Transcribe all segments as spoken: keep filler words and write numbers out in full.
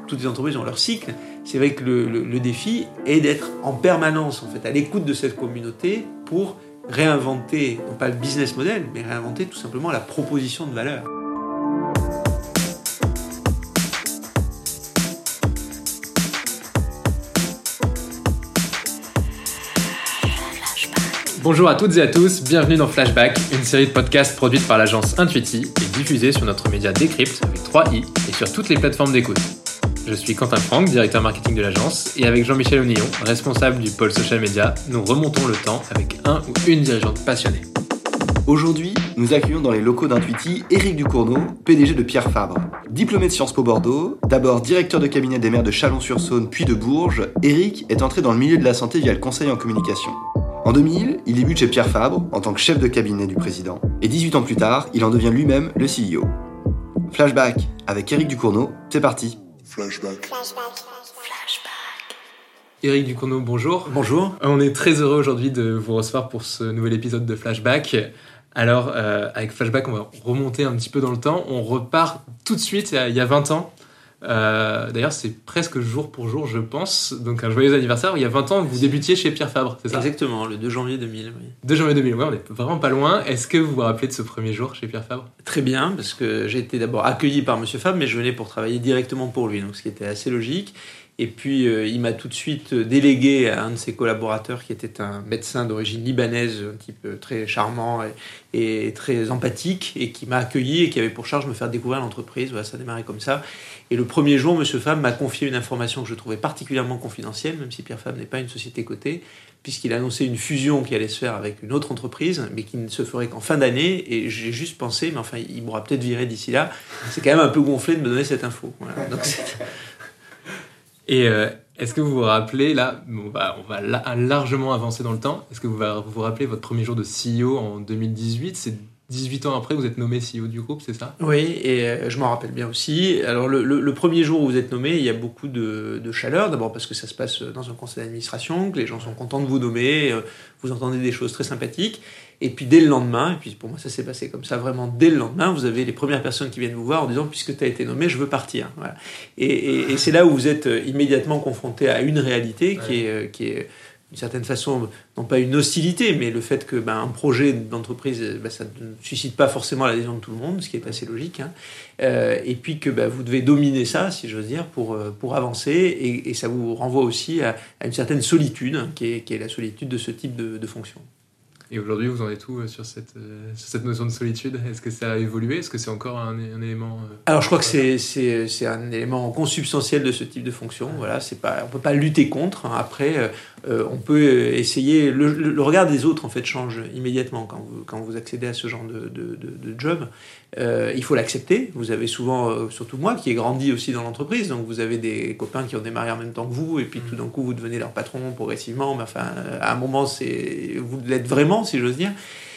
toutes les entreprises ont leur cycle. C'est vrai que le, le, le défi est d'être en permanence en fait, à l'écoute de cette communauté pour réinventer, non pas le business model, mais réinventer tout simplement la proposition de valeur. Bonjour à toutes et à tous, bienvenue dans Flashback, une série de podcasts produite par l'agence Intuiti et diffusée sur notre média Decrypt avec trois i et sur toutes les plateformes d'écoute. Je suis Quentin Franck, directeur marketing de l'agence, et avec Jean-Michel Onillon, responsable du pôle social media, nous remontons le temps avec un ou une dirigeante passionnée. Aujourd'hui, nous accueillons dans les locaux d'Intuiti Éric Ducournau, P D G de Pierre Fabre. Diplômé de Sciences Po Bordeaux, d'abord directeur de cabinet des maires de Chalon-sur-Saône puis de Bourges, Éric est entré dans le milieu de la santé via le conseil en communication. En deux mille, il débute chez Pierre Fabre en tant que chef de cabinet du président. Et dix-huit ans plus tard, il en devient lui-même le C E O. Flashback avec Éric Ducournau, c'est parti. Flashback. Flashback. Éric Ducournau, bonjour. Bonjour. On est très heureux aujourd'hui de vous recevoir pour ce nouvel épisode de Flashback. Alors, euh, avec Flashback, on va remonter un petit peu dans le temps. On repart tout de suite il y a vingt ans. Euh, d'ailleurs, c'est presque jour pour jour, je pense. Donc, un joyeux anniversaire. Il y a vingt ans, vous débutiez chez Pierre Fabre, c'est ça ? Exactement, le deux janvier deux mille. Oui. deux janvier deux mille, ouais, on est vraiment pas loin. Est-ce que vous vous rappelez de ce premier jour chez Pierre Fabre ? Très bien, parce que j'ai été d'abord accueilli par Monsieur Fabre, mais je venais pour travailler directement pour lui, donc ce qui était assez logique. Et puis, euh, il m'a tout de suite délégué à un de ses collaborateurs qui était un médecin d'origine libanaise, un type très charmant et, et très empathique, et qui m'a accueilli et qui avait pour charge de me faire découvrir l'entreprise. Voilà, ça a démarré comme ça. Et le premier jour, M. Fabre m'a confié une information que je trouvais particulièrement confidentielle, même si Pierre Fabre n'est pas une société cotée, puisqu'il a annoncé une fusion qui allait se faire avec une autre entreprise, mais qui ne se ferait qu'en fin d'année. Et j'ai juste pensé, mais enfin, il m'aura peut-être viré d'ici là. C'est quand même un peu gonflé de me donner cette info. Voilà. Donc, c'est... Et euh, est-ce que vous vous rappelez, là, on va, on va la, largement avancer dans le temps, est-ce que vous vous, vous rappelez votre premier jour de C E O en deux mille dix-huit ? C'est dix-huit ans après, vous êtes nommé C E O du groupe, c'est ça ? Oui, et euh, je m'en rappelle bien aussi. Alors, le, le, le premier jour où vous êtes nommé, il y a beaucoup de, de chaleur. D'abord parce que ça se passe dans un conseil d'administration, que les gens sont contents de vous nommer, euh, vous entendez des choses très sympathiques. Et puis, dès le lendemain, et puis pour moi, ça s'est passé comme ça, vraiment, dès le lendemain, vous avez les premières personnes qui viennent vous voir en disant « Puisque tu as été nommé, je veux partir. » Voilà. Et, et, et c'est là où vous êtes immédiatement confronté à une réalité qui est... Qui est d'une certaine façon, non pas une hostilité, mais le fait que ben, un projet d'entreprise, ben, ça ne suscite pas forcément l'adhésion de tout le monde, ce qui est assez logique, hein. Euh, et puis que ben, vous devez dominer ça, si j'ose dire, pour, pour avancer, et, et ça vous renvoie aussi à, à une certaine solitude, hein, qui, est, qui est la solitude de ce type de, de fonction. Et aujourd'hui, vous en êtes où sur cette, euh, sur cette notion de solitude ? Est-ce que ça a évolué ? Est-ce que c'est encore un, un élément euh... Alors, je crois que c'est, c'est, c'est un élément consubstantiel de ce type de fonction. Voilà, c'est pas, on ne peut pas lutter contre. Hein. Après, euh, on peut essayer... Le, le, le regard des autres, en fait, change immédiatement quand vous, quand vous accédez à ce genre de, de, de, de job. Euh, il faut l'accepter. Vous avez souvent, euh, surtout moi, qui ai grandi aussi dans l'entreprise, donc vous avez des copains qui ont démarré en même temps que vous, et puis tout d'un coup, vous devenez leur patron progressivement. Mais enfin, à un moment, c'est, vous l'êtes vraiment, si j'ose dire.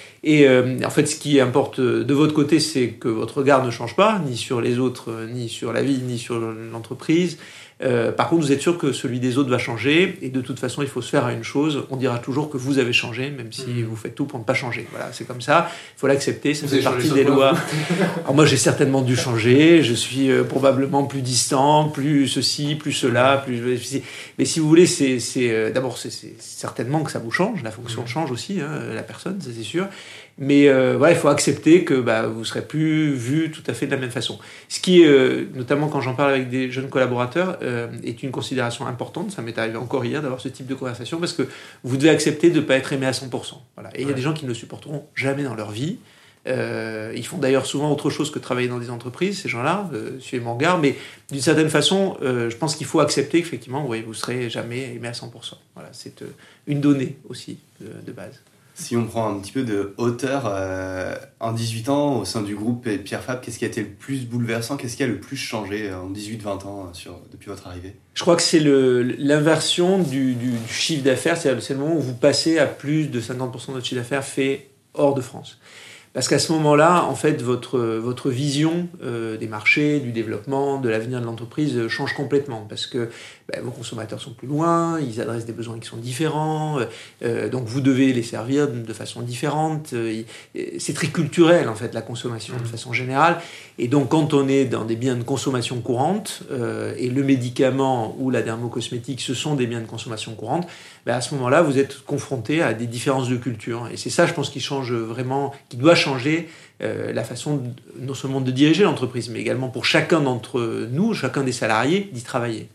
Et euh, en fait, ce qui importe de votre côté, c'est que votre regard ne change pas, ni sur les autres, ni sur la vie, ni sur l'entreprise. Euh, par contre, vous êtes sûr que celui des autres va changer, et de toute façon, il faut se faire à une chose. On dira toujours que vous avez changé, même si mmh. vous faites tout pour ne pas changer. Voilà, c'est comme ça. Il faut l'accepter. Ça vous fait partie des lois. Alors moi, j'ai certainement dû changer. Je suis euh, probablement plus distant, plus ceci, plus cela, plus. Mais si vous voulez, c'est, c'est euh, d'abord c'est, c'est certainement que ça vous change. La fonction mmh. change aussi, hein, la personne, ça c'est sûr. Mais euh, voilà, il faut accepter que bah, vous ne serez plus vu tout à fait de la même façon. Ce qui, euh, notamment quand j'en parle avec des jeunes collaborateurs, euh, est une considération importante. Ça m'est arrivé encore hier d'avoir ce type de conversation parce que vous devez accepter de ne pas être aimé à cent pour cent. Voilà. Et il ouais. y a des gens qui ne le supporteront jamais dans leur vie. Euh, ils font d'ailleurs souvent autre chose que travailler dans des entreprises, ces gens-là, euh, suivez mon regard. Mais d'une certaine façon, euh, je pense qu'il faut accepter qu'effectivement, oui, vous ne serez jamais aimé à cent pour cent. Voilà, c'est euh, une donnée aussi de, de base. Si on prend un petit peu de hauteur, euh, en dix-huit ans, au sein du groupe Pierre Fabre, qu'est-ce qui a été le plus bouleversant ? Qu'est-ce qui a le plus changé en dix-huit vingt ans sur, depuis votre arrivée ? Je crois que c'est le, l'inversion du, du, du chiffre d'affaires, c'est-à-dire c'est le moment où vous passez à plus de cinquante pour cent de votre chiffre d'affaires fait hors de France. Parce qu'à ce moment-là, en fait, votre, votre vision euh, des marchés, du développement, de l'avenir de l'entreprise euh, change complètement. Parce que ben, vos consommateurs sont plus loin, ils adressent des besoins qui sont différents, euh, donc vous devez les servir de façon différente. Euh, c'est très culturel, en fait, la consommation de façon générale. Et donc, quand on est dans des biens de consommation courante, euh, et le médicament ou la dermocosmétique, ce sont des biens de consommation courante, ben à ce moment-là, vous êtes confronté à des différences de culture. Et c'est ça, je pense, qui change vraiment, qui doit changer euh, la façon, de, non seulement de diriger l'entreprise, mais également pour chacun d'entre nous, chacun des salariés, d'y travailler.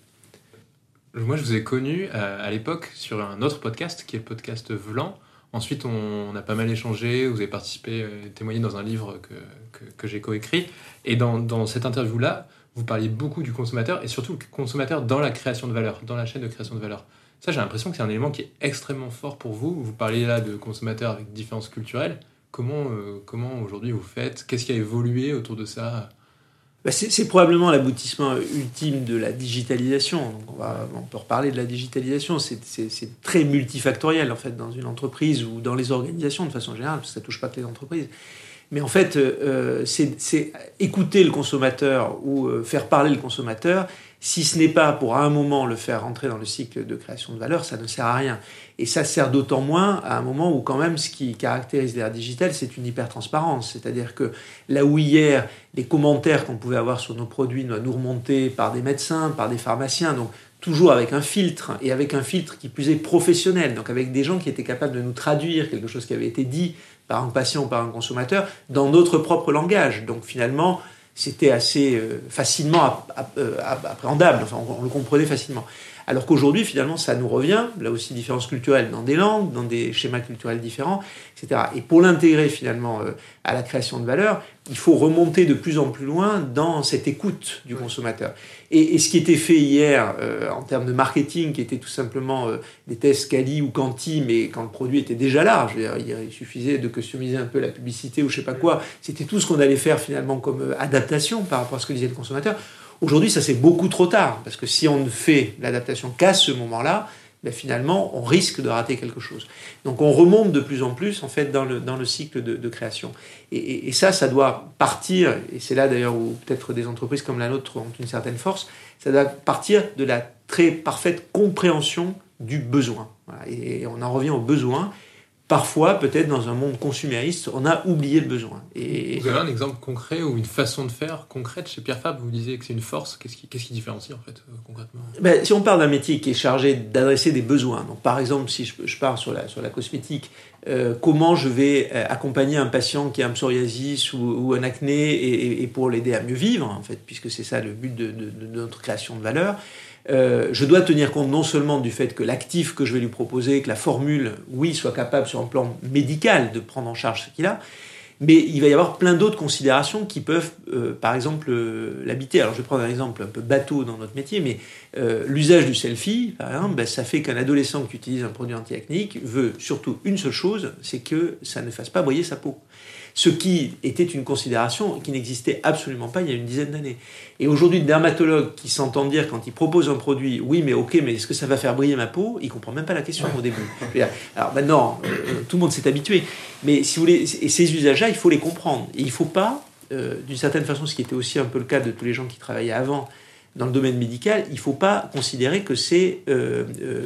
Moi, je vous ai connu euh, à l'époque sur un autre podcast, qui est le podcast Vlan. Ensuite, on, on a pas mal échangé, vous avez participé, euh, témoigné dans un livre que, que, que j'ai coécrit. Et dans, dans cette interview-là, vous parliez beaucoup du consommateur, et surtout du consommateur dans la création de valeur, dans la chaîne de création de valeur. Ça, j'ai l'impression que c'est un élément qui est extrêmement fort pour vous. Vous parliez là de consommateurs avec différences culturelles. Comment, euh, comment aujourd'hui vous faites ? Qu'est-ce qui a évolué autour de ça ? Ben c'est, c'est probablement l'aboutissement ultime de la digitalisation. Donc on, va, on peut reparler de la digitalisation. C'est, c'est, c'est très multifactoriel, en fait, dans une entreprise ou dans les organisations de façon générale, parce que ça ne touche pas que les entreprises. Mais en fait, euh, c'est, c'est écouter le consommateur ou euh, faire parler le consommateur. Si ce n'est pas pour à un moment le faire rentrer dans le cycle de création de valeur, ça ne sert à rien. Et ça sert d'autant moins à un moment où quand même ce qui caractérise l'ère digitale, c'est une hyper-transparence. C'est-à-dire que là où hier, les commentaires qu'on pouvait avoir sur nos produits doivent nous remonter par des médecins, par des pharmaciens, donc toujours avec un filtre, et avec un filtre qui plus est professionnel, donc avec des gens qui étaient capables de nous traduire quelque chose qui avait été dit par un patient ou par un consommateur dans notre propre langage. Donc finalement, c'était assez euh, facilement app- app- appréhendable, enfin on, on le comprenait facilement. Alors qu'aujourd'hui, finalement, ça nous revient, là aussi différences culturelles dans des langues, dans des schémas culturels différents, et cetera. Et pour l'intégrer finalement euh, à la création de valeur, il faut remonter de plus en plus loin dans cette écoute du consommateur. Et, et ce qui était fait hier euh, en termes de marketing, qui était tout simplement euh, des tests quali ou quanti, mais quand le produit était déjà là, je veux dire, il suffisait de customiser un peu la publicité ou je sais pas quoi, c'était tout ce qu'on allait faire finalement comme euh, adaptation par rapport à ce que disait le consommateur. Aujourd'hui, ça c'est beaucoup trop tard, parce que si on ne fait l'adaptation qu'à ce moment-là, ben finalement, on risque de rater quelque chose. Donc on remonte de plus en plus en fait dans le, dans le cycle de, de création. Et, et, et ça, ça doit partir, et c'est là d'ailleurs où peut-être des entreprises comme la nôtre ont une certaine force, ça doit partir de la très parfaite compréhension du besoin. Voilà. Et on en revient au besoin. Parfois, peut-être dans un monde consumériste, on a oublié le besoin. Et... Vous avez un exemple concret ou une façon de faire concrète chez Pierre Fabre ? Vous disiez que c'est une force. Qu'est-ce qui, qu'est-ce qui différencie en fait euh, concrètement ? Ben, si on parle d'un métier qui est chargé d'adresser des besoins, donc par exemple, si je, je pars sur la, sur la cosmétique, euh, comment je vais euh, accompagner un patient qui a un psoriasis ou, ou un acné et, et, et pour l'aider à mieux vivre, en fait, puisque c'est ça le but de, de, de notre création de valeur. Euh, je dois tenir compte non seulement du fait que l'actif que je vais lui proposer, que la formule, oui, soit capable sur un plan médical de prendre en charge ce qu'il a, mais il va y avoir plein d'autres considérations qui peuvent, euh, par exemple, euh, l'habiter. Alors je vais prendre un exemple un peu bateau dans notre métier, mais euh, l'usage du selfie, par exemple, ben, ça fait qu'un adolescent qui utilise un produit anti-acnéique veut surtout une seule chose, c'est que ça ne fasse pas briller sa peau. Ce qui était une considération qui n'existait absolument pas il y a une dizaine d'années. Et aujourd'hui, le dermatologue qui s'entend dire quand il propose un produit, oui, mais ok, mais est-ce que ça va faire briller ma peau ? Il ne comprend même pas la question au début. Alors maintenant, euh, tout le monde s'est habitué. Mais si vous voulez, et ces usages-là, il faut les comprendre. Et il ne faut pas, euh, d'une certaine façon, ce qui était aussi un peu le cas de tous les gens qui travaillaient avant, dans le domaine médical, il ne faut pas considérer que c'est euh, euh,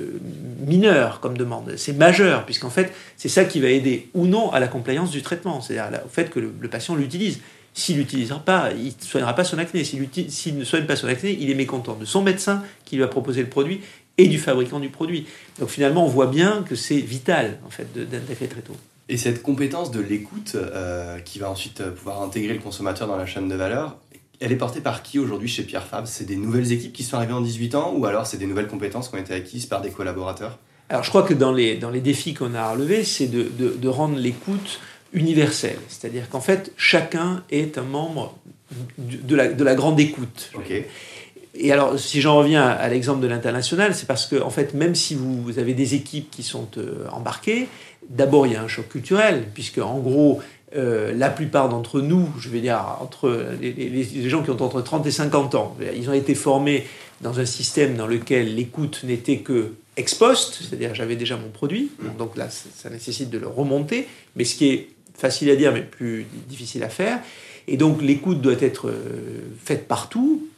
mineur comme demande, c'est majeur, puisqu'en fait, c'est ça qui va aider ou non à la compliance du traitement, c'est-à-dire au fait que le, le patient l'utilise. S'il ne l'utilisera pas, il ne soignera pas son acné. S'il, s'il ne soigne pas son acné, il est mécontent de son médecin qui lui a proposé le produit et du fabricant du produit. Donc finalement, on voit bien que c'est vital, en fait, d'intégrer très tôt. Et cette compétence de l'écoute, euh, qui va ensuite pouvoir intégrer le consommateur dans la chaîne de valeur, elle est portée par qui aujourd'hui chez Pierre Fabre ? C'est des nouvelles équipes qui sont arrivées en dix-huit ans ou alors c'est des nouvelles compétences qui ont été acquises par des collaborateurs ? Alors je crois que dans les, dans les défis qu'on a à relever, c'est de, de, de rendre l'écoute universelle. C'est-à-dire qu'en fait, chacun est un membre de la, de la grande écoute. Okay. Et alors, si j'en reviens à l'exemple de l'international, c'est parce que, en fait, même si vous avez des équipes qui sont euh, embarquées, d'abord, il y a un choc culturel, puisque, en gros, euh, la plupart d'entre nous, je vais dire, entre les, les, les gens qui ont entre trente et cinquante ans, ils ont été formés dans un système dans lequel l'écoute n'était que ex post, c'est-à-dire j'avais déjà mon produit, donc là, ça, ça nécessite de le remonter, mais ce qui est facile à dire, mais plus difficile à faire. Et donc, l'écoute doit être euh, faite partout,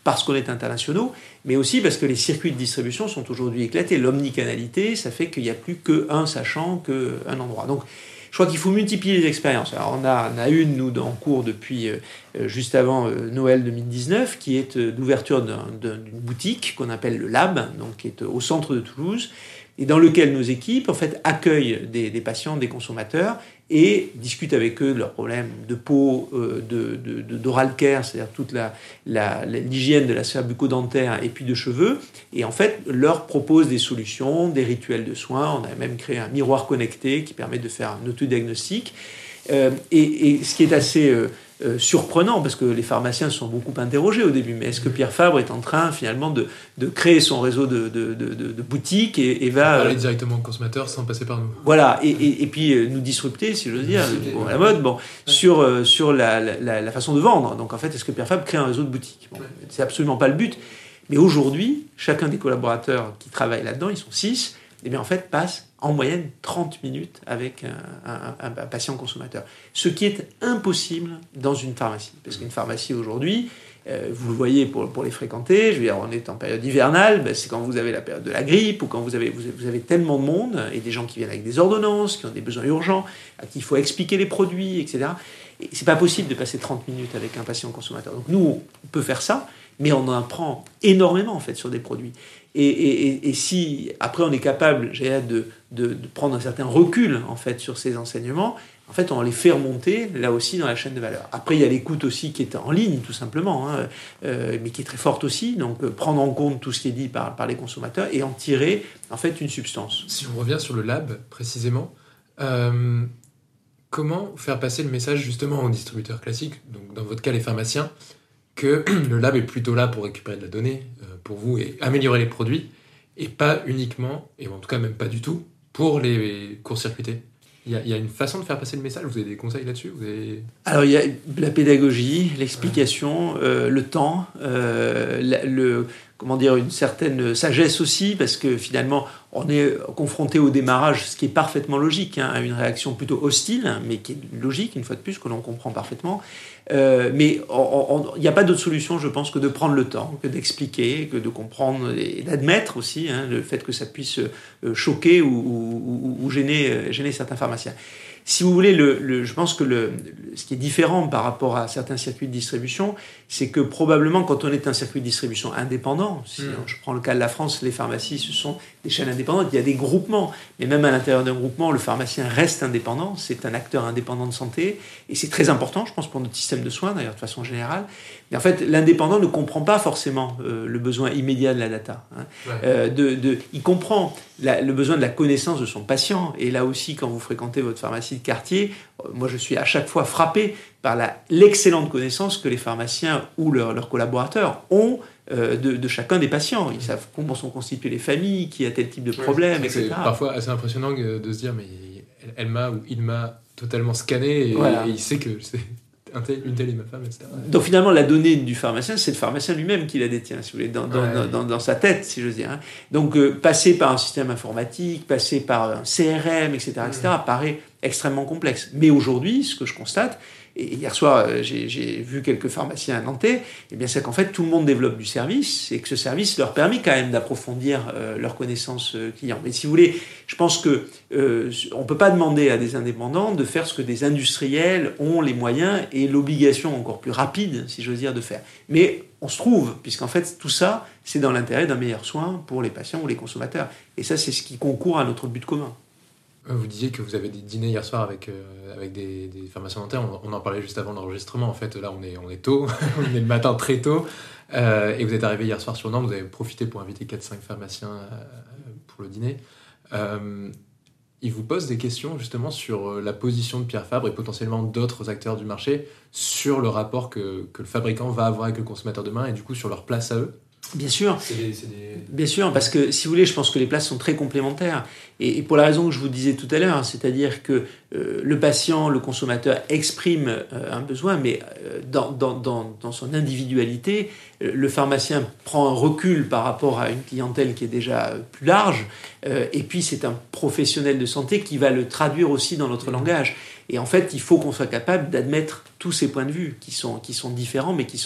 parce qu'on est internationaux, mais aussi parce que les circuits de distribution sont aujourd'hui éclatés. L'omnicanalité, ça fait qu'il n'y a plus qu'un sachant, qu'un endroit. Donc, je crois qu'il faut multiplier les expériences. Alors, on a, on a une, nous, en cours depuis euh, juste avant euh, Noël deux mille dix-neuf, qui est euh, l'ouverture d'un, d'un, d'une boutique qu'on appelle le Lab, donc qui est au centre de Toulouse, et dans lequel nos équipes, en fait, accueillent des, des patients, des consommateurs, et discutent avec eux de leurs problèmes de peau, euh, de, de, de, d'oral care, c'est-à-dire toute la, la, l'hygiène de la sphère bucco-dentaire et puis de cheveux, et en fait, leur proposent des solutions, des rituels de soins. On a même créé un miroir connecté qui permet de faire un autodiagnostic. Euh, et, et ce qui est assez euh, euh, surprenant, parce que les pharmaciens se sont beaucoup interrogés au début, mais est-ce que Pierre Fabre est en train finalement de, de créer son réseau de, de, de, de, de boutiques et, et va... Parler directement au consommateur sans passer par nous. Voilà, et, et, et puis euh, nous disrupter, si j'ose dire, bon, la mode, bon, sur, euh, sur la, la, la façon de vendre. Donc en fait, est-ce que Pierre Fabre crée un réseau de boutiques? Bon, c'est absolument pas le but. Mais aujourd'hui, chacun des collaborateurs qui travaillent là-dedans, ils sont six, et bien en fait passe en moyenne trente minutes avec un, un, un, un patient consommateur. Ce qui est impossible dans une pharmacie. Parce qu'une pharmacie aujourd'hui, euh, vous le voyez pour, pour les fréquenter, je veux dire, on est en période hivernale, ben c'est quand vous avez la période de la grippe, ou quand vous avez, vous, vous avez tellement de monde, et des gens qui viennent avec des ordonnances, qui ont des besoins urgents, à qui il faut expliquer les produits, et cetera. Et c'est pas possible de passer trente minutes avec un patient consommateur. Donc nous, on peut faire ça, mais on en apprend énormément en fait sur des produits. Et, et, et si après on est capable, j'ai hâte de, de, de prendre un certain recul en fait sur ces enseignements, en fait on les fait remonter là aussi dans la chaîne de valeur. Après il y a l'écoute aussi qui est en ligne tout simplement, hein, euh, mais qui est très forte aussi. Donc euh, prendre en compte tout ce qui est dit par, par les consommateurs et en tirer en fait une substance. Si on revient sur le lab précisément, euh, comment faire passer le message justement aux distributeurs classiques, donc dans votre cas les pharmaciens, que le lab est plutôt là pour récupérer de la donnée euh, pour vous et améliorer les produits, et pas uniquement, et en tout cas même pas du tout, pour les court-circuiter. Il y, a, il y a une façon de faire passer le message. Vous avez des conseils là-dessus? Vous avez... Alors il y a la pédagogie, l'explication, euh, le temps, euh, la, le, comment dire, une certaine sagesse aussi, parce que finalement on est confronté au démarrage, ce qui est parfaitement logique, hein, à une réaction plutôt hostile, mais qui est logique une fois de plus, que l'on comprend parfaitement. Euh, mais il n'y a pas d'autre solution, je pense, que de prendre le temps, que d'expliquer, que de comprendre et d'admettre aussi hein, le fait que ça puisse euh, choquer ou, ou, ou gêner, gêner certains pharmaciens. Si vous voulez, le, le, je pense que le, ce qui est différent par rapport à certains circuits de distribution, c'est que probablement quand on est un circuit de distribution indépendant, si mmh. je prends le cas de la France, les pharmacies, ce sont des chaînes indépendantes, il y a des groupements, mais même à l'intérieur d'un groupement, le pharmacien reste indépendant, c'est un acteur indépendant de santé, et c'est très important, je pense, pour notre système de soins, d'ailleurs, de façon générale. Mais en fait, l'indépendant ne comprend pas forcément euh, le besoin immédiat de la data. Hein. Ouais. Euh, de, de, il comprend la, le besoin de la connaissance de son patient, et là aussi, quand vous fréquentez votre pharmacie de quartier, euh, moi je suis à chaque fois frappé par la, l'excellente connaissance que les pharmaciens ou leurs, leurs collaborateurs ont euh, de, de chacun des patients. Ils savent comment sont constituées les familles, qui a tel type de problème, ouais, et cetera. C'est parfois assez impressionnant de se dire, mais elle, elle m'a ou il m'a totalement scanné, et, voilà. et il sait que c'est... une telle est ma femme, et cetera. Donc finalement, la donnée du pharmacien, c'est le pharmacien lui-même qui la détient, si vous voulez, dans, dans, ouais. dans, dans, dans sa tête, si j'ose dire. Hein. Donc euh, passer par un système informatique, passer par un C R M, et cetera, et cetera, mmh. paraît extrêmement complexe. Mais aujourd'hui, ce que je constate, et hier soir, euh, j'ai, j'ai vu quelques pharmaciens nantais, eh bien, c'est qu'en fait, tout le monde développe du service, et que ce service leur permet quand même d'approfondir euh, leurs connaissances euh, clients. Mais si vous voulez, je pense que euh, on peut pas demander à des indépendants de faire ce que des industriels ont les moyens et l'obligation encore plus rapide, si j'ose dire, de faire. Mais on se trouve, puisqu'en fait, tout ça, c'est dans l'intérêt d'un meilleur soin pour les patients ou les consommateurs. Et ça, c'est ce qui concourt à notre but commun. Vous disiez que vous avez des dîners hier soir avec, euh, avec des, des pharmaciens dentaires. On, on en parlait juste avant l'enregistrement. En fait, là, on est, on est tôt. On est le matin très tôt. Euh, et vous êtes arrivé hier soir sur Nantes. Vous avez profité pour inviter quatre cinq pharmaciens euh, pour le dîner. Euh, ils vous posent des questions, justement, sur la position de Pierre Fabre et potentiellement d'autres acteurs du marché sur le rapport que, que le fabricant va avoir avec le consommateur demain et du coup, sur leur place à eux. Bien sûr, c'est des, c'est des... bien sûr, parce que si vous voulez, je pense que les places sont très complémentaires. Et, et pour la raison que je vous disais tout à l'heure, c'est-à-dire que euh, le patient, le consommateur exprime euh, un besoin, mais euh, dans, dans, dans, dans son individualité, euh, le pharmacien prend un recul par rapport à une clientèle qui est déjà plus large. Euh, et puis c'est un professionnel de santé qui va le traduire aussi dans notre mmh. langage. Et en fait, il faut qu'on soit capable d'admettre tous ces points de vue qui sont, qui sont différents, mais qui sont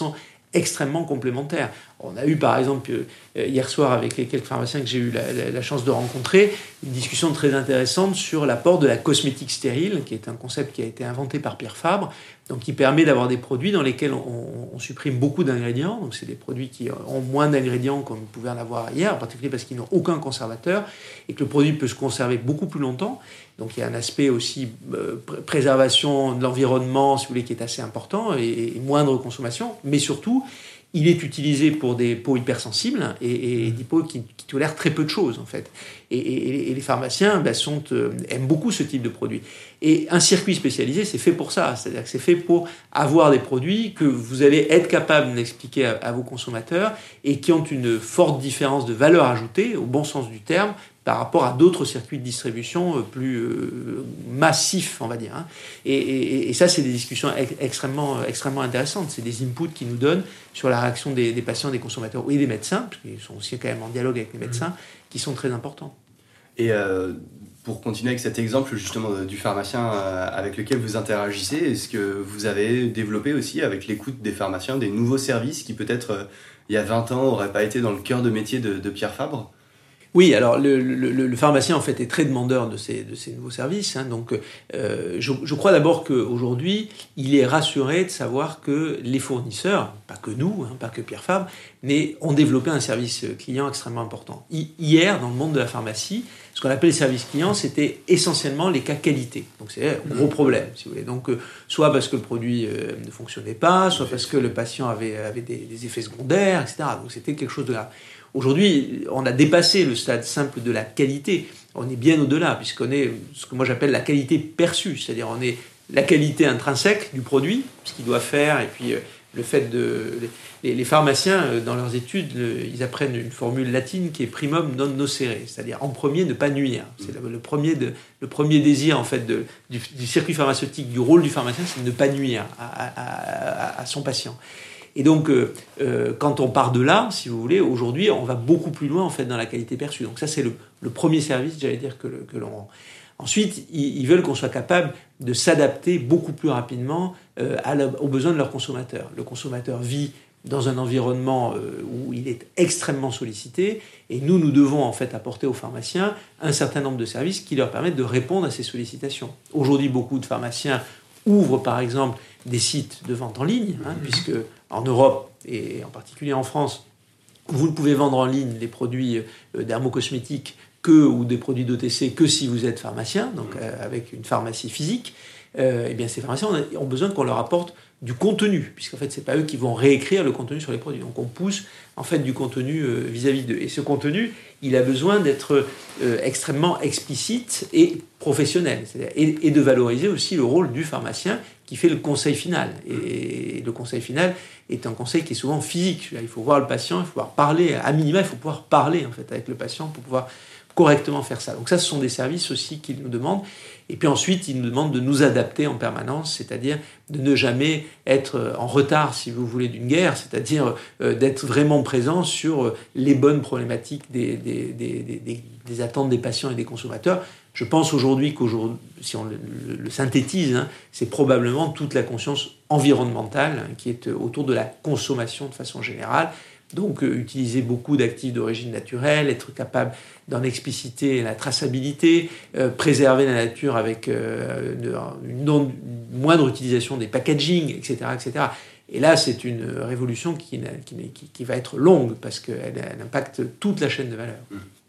extrêmement complémentaires. On a eu par exemple euh, hier soir avec les quelques pharmaciens que j'ai eu la, la, la chance de rencontrer une discussion très intéressante sur l'apport de la cosmétique stérile, qui est un concept qui a été inventé par Pierre Fabre, donc qui permet d'avoir des produits dans lesquels on, on, on supprime beaucoup d'ingrédients. Donc c'est des produits qui ont moins d'ingrédients qu'on ne pouvait en avoir hier, en particulier parce qu'ils n'ont aucun conservateur et que le produit peut se conserver beaucoup plus longtemps. Donc il y a un aspect aussi euh, préservation de l'environnement, si vous voulez, qui est assez important et, et moindre consommation, mais surtout il est utilisé pour des peaux hypersensibles et, et des peaux qui, qui tolèrent très peu de choses, en fait. Et, et, et les pharmaciens ben, sont, euh, aiment beaucoup ce type de produit. Et un circuit spécialisé, c'est fait pour ça. C'est-à-dire que c'est fait pour avoir des produits que vous allez être capable d'expliquer à, à vos consommateurs et qui ont une forte différence de valeur ajoutée, au bon sens du terme, par rapport à d'autres circuits de distribution plus euh, massifs, on va dire. Hein. Et, et, et ça, c'est des discussions ex- extrêmement, extrêmement intéressantes. C'est des inputs qu'ils nous donnent sur la réaction des, des patients, des consommateurs et des médecins, parce qu'ils sont aussi quand même en dialogue avec les médecins, qui sont très importants. Et euh, pour continuer avec cet exemple justement du pharmacien euh, avec lequel vous interagissez, est-ce que vous avez développé aussi avec l'écoute des pharmaciens des nouveaux services qui peut-être euh, il y a vingt ans n'auraient pas été dans le cœur de métier de, de Pierre Fabre ? Oui, alors le, le, le pharmacien en fait est très demandeur de ces, de ces nouveaux services. Hein, donc, euh, je, je crois d'abord qu'aujourd'hui, il est rassuré de savoir que les fournisseurs, pas que nous, hein, pas que Pierre Fabre, mais ont développé un service client extrêmement important. I- hier, dans le monde de la pharmacie, ce qu'on appelle les services clients, c'était essentiellement les cas qualité. Donc c'est un gros problème, si vous voulez. Donc euh, soit parce que le produit euh, ne fonctionnait pas, soit parce que le patient avait, avait des, des effets secondaires, et cetera. Donc c'était quelque chose de grave. Aujourd'hui, on a dépassé le stade simple de la qualité. On est bien au-delà, puisqu'on est ce que moi j'appelle la qualité perçue. C'est-à-dire on est la qualité intrinsèque du produit, ce qu'il doit faire, et puis euh, le fait de... Les, les pharmaciens, euh, dans leurs études, le, ils apprennent une formule latine qui est primum non nocere, c'est-à-dire en premier ne pas nuire. C'est le, le, premier, de, le premier désir en fait, de, du, du circuit pharmaceutique, du rôle du pharmacien, c'est de ne pas nuire à, à, à, à son patient. Et donc, euh, euh, quand on part de là, si vous voulez, aujourd'hui, on va beaucoup plus loin en fait dans la qualité perçue. Donc ça, c'est le, le premier service, j'allais dire, que, le, que l'on rend. Ensuite, ils, ils veulent qu'on soit capable de s'adapter beaucoup plus rapidement euh, à la, aux besoins de leurs consommateurs. Le consommateur vit dans un environnement euh, où il est extrêmement sollicité, et nous, nous devons en fait apporter aux pharmaciens un certain nombre de services qui leur permettent de répondre à ces sollicitations. Aujourd'hui, beaucoup de pharmaciens ouvrent, par exemple, des sites de vente en ligne, hein, puisque en Europe, et en particulier en France, vous ne pouvez vendre en ligne les produits euh, dermocosmétiques que, ou des produits d'O T C que si vous êtes pharmacien, donc euh, avec une pharmacie physique. Euh, et bien ces pharmaciens ont besoin qu'on leur apporte du contenu, puisqu'en fait c'est pas eux qui vont réécrire le contenu sur les produits. Donc on pousse en fait du contenu euh, vis-à-vis d'eux. Et ce contenu, il a besoin d'être euh, extrêmement explicite et professionnel, c'est-à-dire, et, et de valoriser aussi le rôle du pharmacien qui fait le conseil final. Et, et le conseil final est un conseil qui est souvent physique. Il faut voir le patient, il faut pouvoir parler, à minima il faut pouvoir parler en fait avec le patient pour pouvoir correctement faire ça. Donc ça, ce sont des services aussi qu'ils nous demandent. Et puis ensuite, ils nous demandent de nous adapter en permanence, c'est-à-dire de ne jamais être en retard, si vous voulez, d'une guerre, c'est-à-dire euh, d'être vraiment présent sur les bonnes problématiques des, des, des, des, des attentes des patients et des consommateurs. Je pense aujourd'hui qu'aujourd'hui, si on le, le, le synthétise, hein, c'est probablement toute la conscience environnementale hein, qui est autour de la consommation de façon générale. Donc, euh, utiliser beaucoup d'actifs d'origine naturelle, être capable d'en expliciter la traçabilité, euh, préserver la nature avec euh, une, une, non, une moindre utilisation des packaging, et cetera, et cetera. Et là, c'est une révolution qui, qui, qui, qui va être longue parce qu'elle elle impacte toute la chaîne de valeur.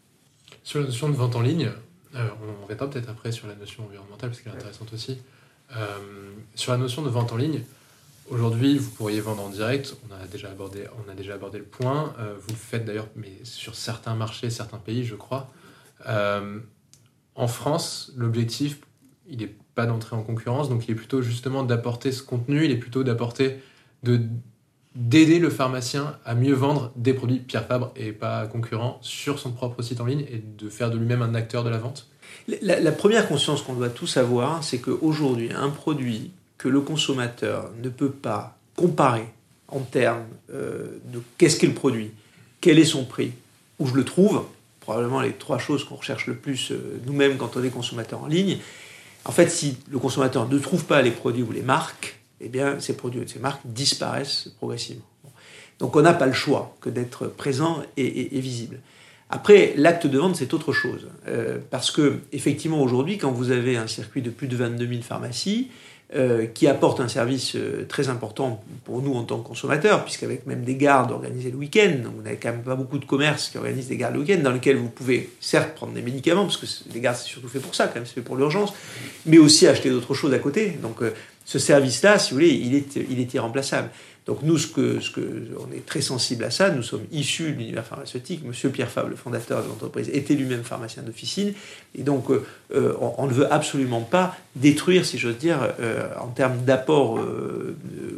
Sur la notion de vente en ligne, euh, on reviendra peut-être après sur la notion environnementale parce qu'elle est intéressante aussi. Euh, sur la notion de vente en ligne, aujourd'hui, vous pourriez vendre en direct. On a déjà abordé, on a déjà abordé le point. Euh, vous le faites d'ailleurs, mais sur certains marchés, certains pays, je crois. Euh, en France, l'objectif, il n'est pas d'entrer en concurrence, donc il est plutôt justement d'apporter ce contenu. Il est plutôt d'apporter, de d'aider le pharmacien à mieux vendre des produits Pierre Fabre et pas concurrents sur son propre site en ligne et de faire de lui-même un acteur de la vente. La, la première conscience qu'on doit tous avoir, c'est qu'aujourd'hui, un produit que le consommateur ne peut pas comparer en termes euh, de qu'est-ce qu'est le produit, quel est son prix, où je le trouve, probablement les trois choses qu'on recherche le plus euh, nous-mêmes quand on est consommateur en ligne. En fait, si le consommateur ne trouve pas les produits ou les marques, eh bien, ces produits ou ces marques disparaissent progressivement. Bon. Donc on n'a pas le choix que d'être présent et, et, et visible. Après, l'acte de vente, c'est autre chose. Euh, parce que, effectivement, aujourd'hui, quand vous avez un circuit de plus de vingt-deux mille pharmacies, euh, qui apporte un service euh, très important pour nous en tant que consommateurs, puisqu'avec même des gardes organisées le week-end, donc vous n'avez quand même pas beaucoup de commerces qui organisent des gardes le week-end, dans lesquels vous pouvez certes prendre des médicaments, parce que les gardes, c'est surtout fait pour ça, quand même, c'est fait pour l'urgence, mais aussi acheter d'autres choses à côté. Donc, euh, ce service-là, si vous voulez, il est, il est irremplaçable. Donc nous, ce que, ce que, on est très sensible à ça. Nous sommes issus de l'univers pharmaceutique. Monsieur Pierre Fabre, le fondateur de l'entreprise, était lui-même pharmacien d'officine. Et donc, euh, on, on ne veut absolument pas détruire, si j'ose dire, euh, en termes d'apport, euh,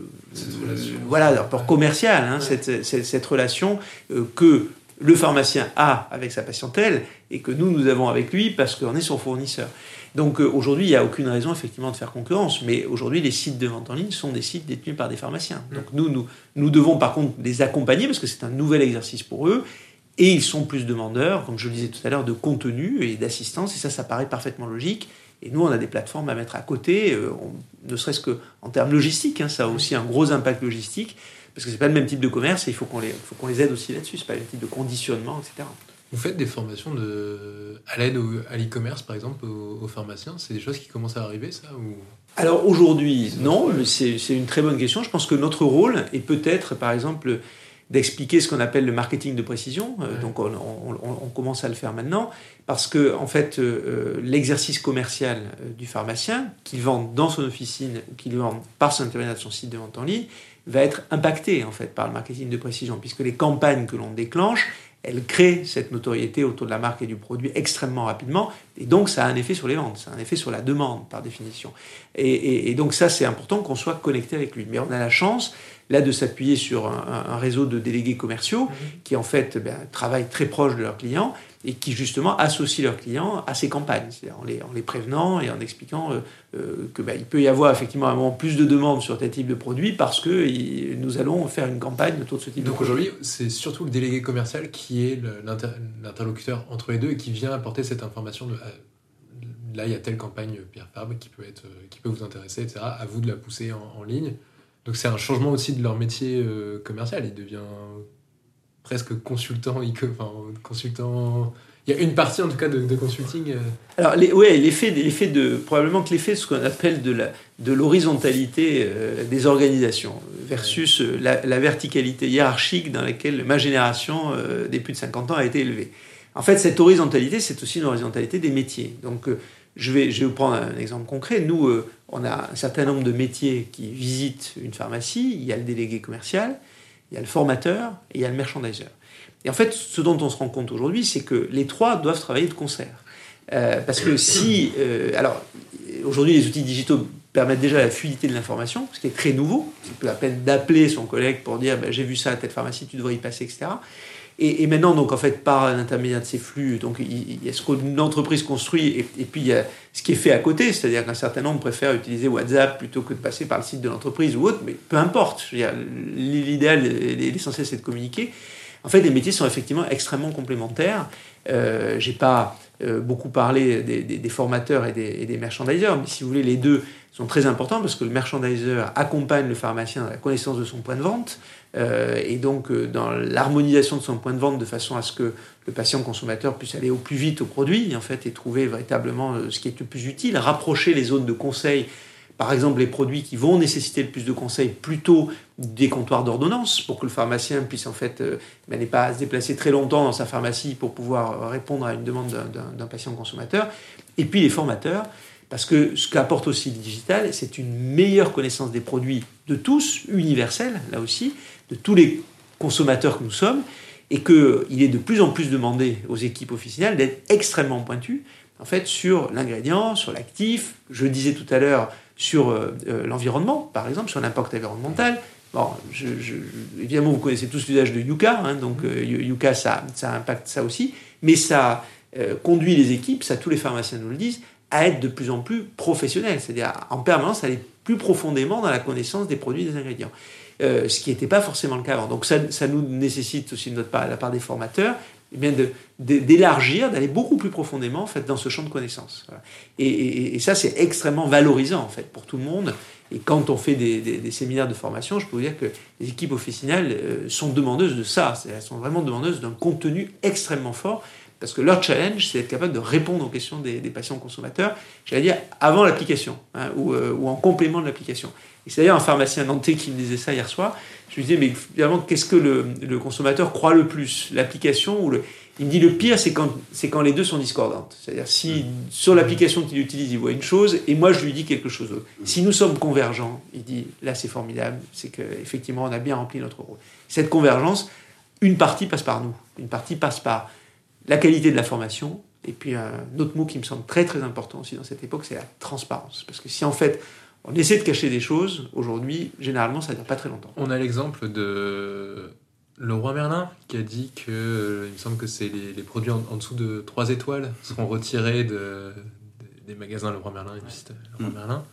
euh, voilà, d'apport commercial, hein, ouais. cette, cette, cette relation euh, que le pharmacien a avec sa patientèle et que nous, nous avons avec lui parce qu'on est son fournisseur. Donc euh, aujourd'hui, il n'y a aucune raison effectivement de faire concurrence, mais aujourd'hui, les sites de vente en ligne sont des sites détenus par des pharmaciens. Donc nous, nous, nous devons par contre les accompagner parce que c'est un nouvel exercice pour eux et ils sont plus demandeurs, comme je le disais tout à l'heure, de contenu et d'assistance et ça, ça paraît parfaitement logique. Et nous, on a des plateformes à mettre à côté, euh, on, ne serait-ce qu'en termes logistiques, hein, ça a aussi un gros impact logistique parce que c'est pas le même type de commerce et il faut qu'on les, faut qu'on les aide aussi là-dessus, c'est pas le même type de conditionnement, et cetera. Vous faites des formations de... à l'aide au... à l'e-commerce, par exemple, aux... aux pharmaciens. C'est des choses qui commencent à arriver, ça ou... Alors aujourd'hui, non, mais c'est, c'est une très bonne question. Je pense que notre rôle est peut-être, par exemple, d'expliquer ce qu'on appelle le marketing de précision. Ouais. Donc on, on, on commence à le faire maintenant, parce que en fait, euh, l'exercice commercial du pharmacien, qu'il vende dans son officine ou qu'il vende par son intermédiaire de son site de vente en ligne, va être impacté en fait par le marketing de précision, puisque les campagnes que l'on déclenche, elle crée cette notoriété autour de la marque et du produit extrêmement rapidement, et donc ça a un effet sur les ventes, ça a un effet sur la demande par définition. Et, et, et donc ça, c'est important qu'on soit connecté avec lui. Mais on a la chance, là, de s'appuyer sur un, un réseau de délégués commerciaux mmh. qui, en fait, ben, travaillent très proche de leurs clients et qui, justement, associent leurs clients à ces campagnes, c'est-à-dire en les, en les prévenant et en expliquant euh, euh, que ben, il peut y avoir, effectivement, à un moment plus de demandes sur tel type de produit parce que il, nous allons faire une campagne autour de ce type donc de produit. Donc aujourd'hui, c'est surtout le délégué commercial qui est le, l'inter, l'interlocuteur entre les deux et qui vient apporter cette information de... Là, il y a telle campagne Pierre Fabre qui peut, être, qui peut vous intéresser, et cetera. À vous de la pousser en, en ligne. Donc c'est un changement aussi de leur métier euh, commercial. Il devient presque consultant, enfin, consultant... Il y a une partie en tout cas de, de consulting. Euh... Alors les, ouais, l'effet, l'effet de probablement que l'effet de ce qu'on appelle de la de l'horizontalité euh, des organisations versus ouais. la, la verticalité hiérarchique dans laquelle ma génération euh, des plus de cinquante ans a été élevée. En fait, cette horizontalité, c'est aussi une horizontalité des métiers. Donc euh, je vais je vais vous prendre un exemple concret. Nous, euh, on a un certain nombre de métiers qui visitent une pharmacie. Il y a le délégué commercial, il y a le formateur et il y a le merchandiser. Et en fait, ce dont on se rend compte aujourd'hui, c'est que les trois doivent travailler de concert. Euh, parce que si... Euh, alors, aujourd'hui, les outils digitaux permettent déjà la fluidité de l'information, ce qui est très nouveau. C'est plus la peine d'appeler son collègue pour dire ben, « j'ai vu ça à telle pharmacie, tu devrais y passer, et cetera » Et, et maintenant, donc, en fait, par l'intermédiaire de ces flux, donc, il, il y a ce qu'une entreprise construit et, et puis il y a ce qui est fait à côté, c'est-à-dire qu'un certain nombre préfèrent utiliser WhatsApp plutôt que de passer par le site de l'entreprise ou autre, mais peu importe. Je veux dire, l'idéal, l'essentiel, c'est de communiquer. En fait, les métiers sont effectivement extrêmement complémentaires. Euh, j'ai pas euh, beaucoup parlé des, des, des formateurs et des, et des merchandisers, mais si vous voulez, les deux sont très importants parce que le merchandiser accompagne le pharmacien dans la connaissance de son point de vente euh, et donc euh, dans l'harmonisation de son point de vente de façon à ce que le patient consommateur puisse aller au plus vite au produit en fait, et trouver véritablement ce qui est le plus utile, rapprocher les zones de conseil. Par exemple, les produits qui vont nécessiter le plus de conseils plutôt des comptoirs d'ordonnance pour que le pharmacien puisse en fait euh, ben, n'ait pas à se déplacer très longtemps dans sa pharmacie pour pouvoir répondre à une demande d'un, d'un, d'un patient consommateur. Et puis les formateurs, parce que ce qu'apporte aussi le digital, c'est une meilleure connaissance des produits de tous, universelle là aussi, de tous les consommateurs que nous sommes, et qu'il est de plus en plus demandé aux équipes officinales d'être extrêmement pointues en fait, sur l'ingrédient, sur l'actif. Je le disais tout à l'heure, sur euh, l'environnement, par exemple, sur l'impact environnemental. Bon, je, je, évidemment, vous connaissez tous l'usage de Yuka, hein, donc euh, Yuka, ça, ça impacte ça aussi, mais ça euh, conduit les équipes, ça tous les pharmaciens nous le disent, à être de plus en plus professionnels, c'est-à-dire en permanence aller plus profondément dans la connaissance des produits et des ingrédients, euh, ce qui n'était pas forcément le cas avant. Donc ça, ça nous nécessite aussi de notre part, de la part des formateurs, eh bien de, de, d'élargir, d'aller beaucoup plus profondément en fait, dans ce champ de connaissances. Voilà. Et, et, et ça, c'est extrêmement valorisant en fait, pour tout le monde. Et quand on fait des, des, des séminaires de formation, je peux vous dire que les équipes officinales euh, sont demandeuses de ça. C'est-à-dire, elles sont vraiment demandeuses d'un contenu extrêmement fort, parce que leur challenge, c'est d'être capable de répondre aux questions des, des patients consommateurs, j'allais dire, avant l'application, hein, ou, euh, ou en complément de l'application. Et c'est d'ailleurs un pharmacien nantais qui me disait ça hier soir. Je lui disais, mais finalement, qu'est-ce que le, le consommateur croit le plus, l'application ou le... Il me dit, le pire, c'est quand, c'est quand les deux sont discordantes. C'est-à-dire, si sur l'application qu'il utilise, il voit une chose, et moi, je lui dis quelque chose d'autre. Si nous sommes convergents, il dit, là, c'est formidable, c'est qu'effectivement, on a bien rempli notre rôle. Cette convergence, une partie passe par nous. Une partie passe par la qualité de la formation, et puis un autre mot qui me semble très, très important aussi dans cette époque, c'est la transparence. Parce que si, en fait, on essaie de cacher des choses, aujourd'hui, généralement, ça ne dure pas très longtemps. On a l'exemple de Leroy Merlin qui a dit que, euh, il me semble que c'est les, les produits en, en dessous de trois étoiles seront retirés de, de, des magasins Leroy Merlin et du site Leroy mmh. Merlin.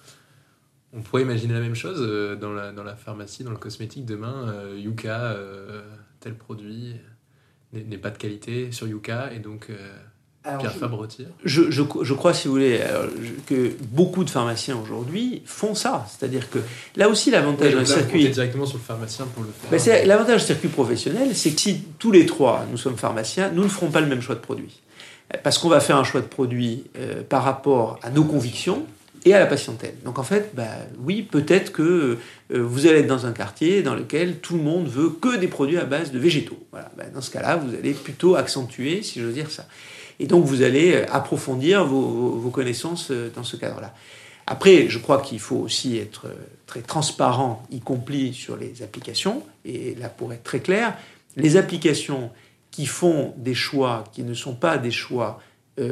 On pourrait imaginer la même chose euh, dans, la, dans la pharmacie, dans le cosmétique. Demain, euh, Yuka, euh, tel produit n'est, n'est pas de qualité sur Yuka, et donc... Euh, Alors, Pierre Fabre retire. Je, je, je crois, si vous voulez, que beaucoup de pharmaciens aujourd'hui font ça. C'est-à-dire que là aussi, l'avantage d'un circuit... On est directement sur le pharmacien pour le faire. Ben c'est, l'avantage du circuit professionnel, c'est que si tous les trois, nous sommes pharmaciens, nous ne ferons pas le même choix de produit. Parce qu'on va faire un choix de produit euh, par rapport à nos convictions et à la patientèle. Donc en fait, ben, oui, peut-être que euh, vous allez être dans un quartier dans lequel tout le monde veut que des produits à base de végétaux. Voilà. Ben, dans ce cas-là, vous allez plutôt accentuer, si j'ose dire ça. Et donc, vous allez approfondir vos, vos, vos connaissances dans ce cadre-là. Après, je crois qu'il faut aussi être très transparent, y compris sur les applications. Et là, pour être très clair, les applications qui font des choix qui ne sont pas des choix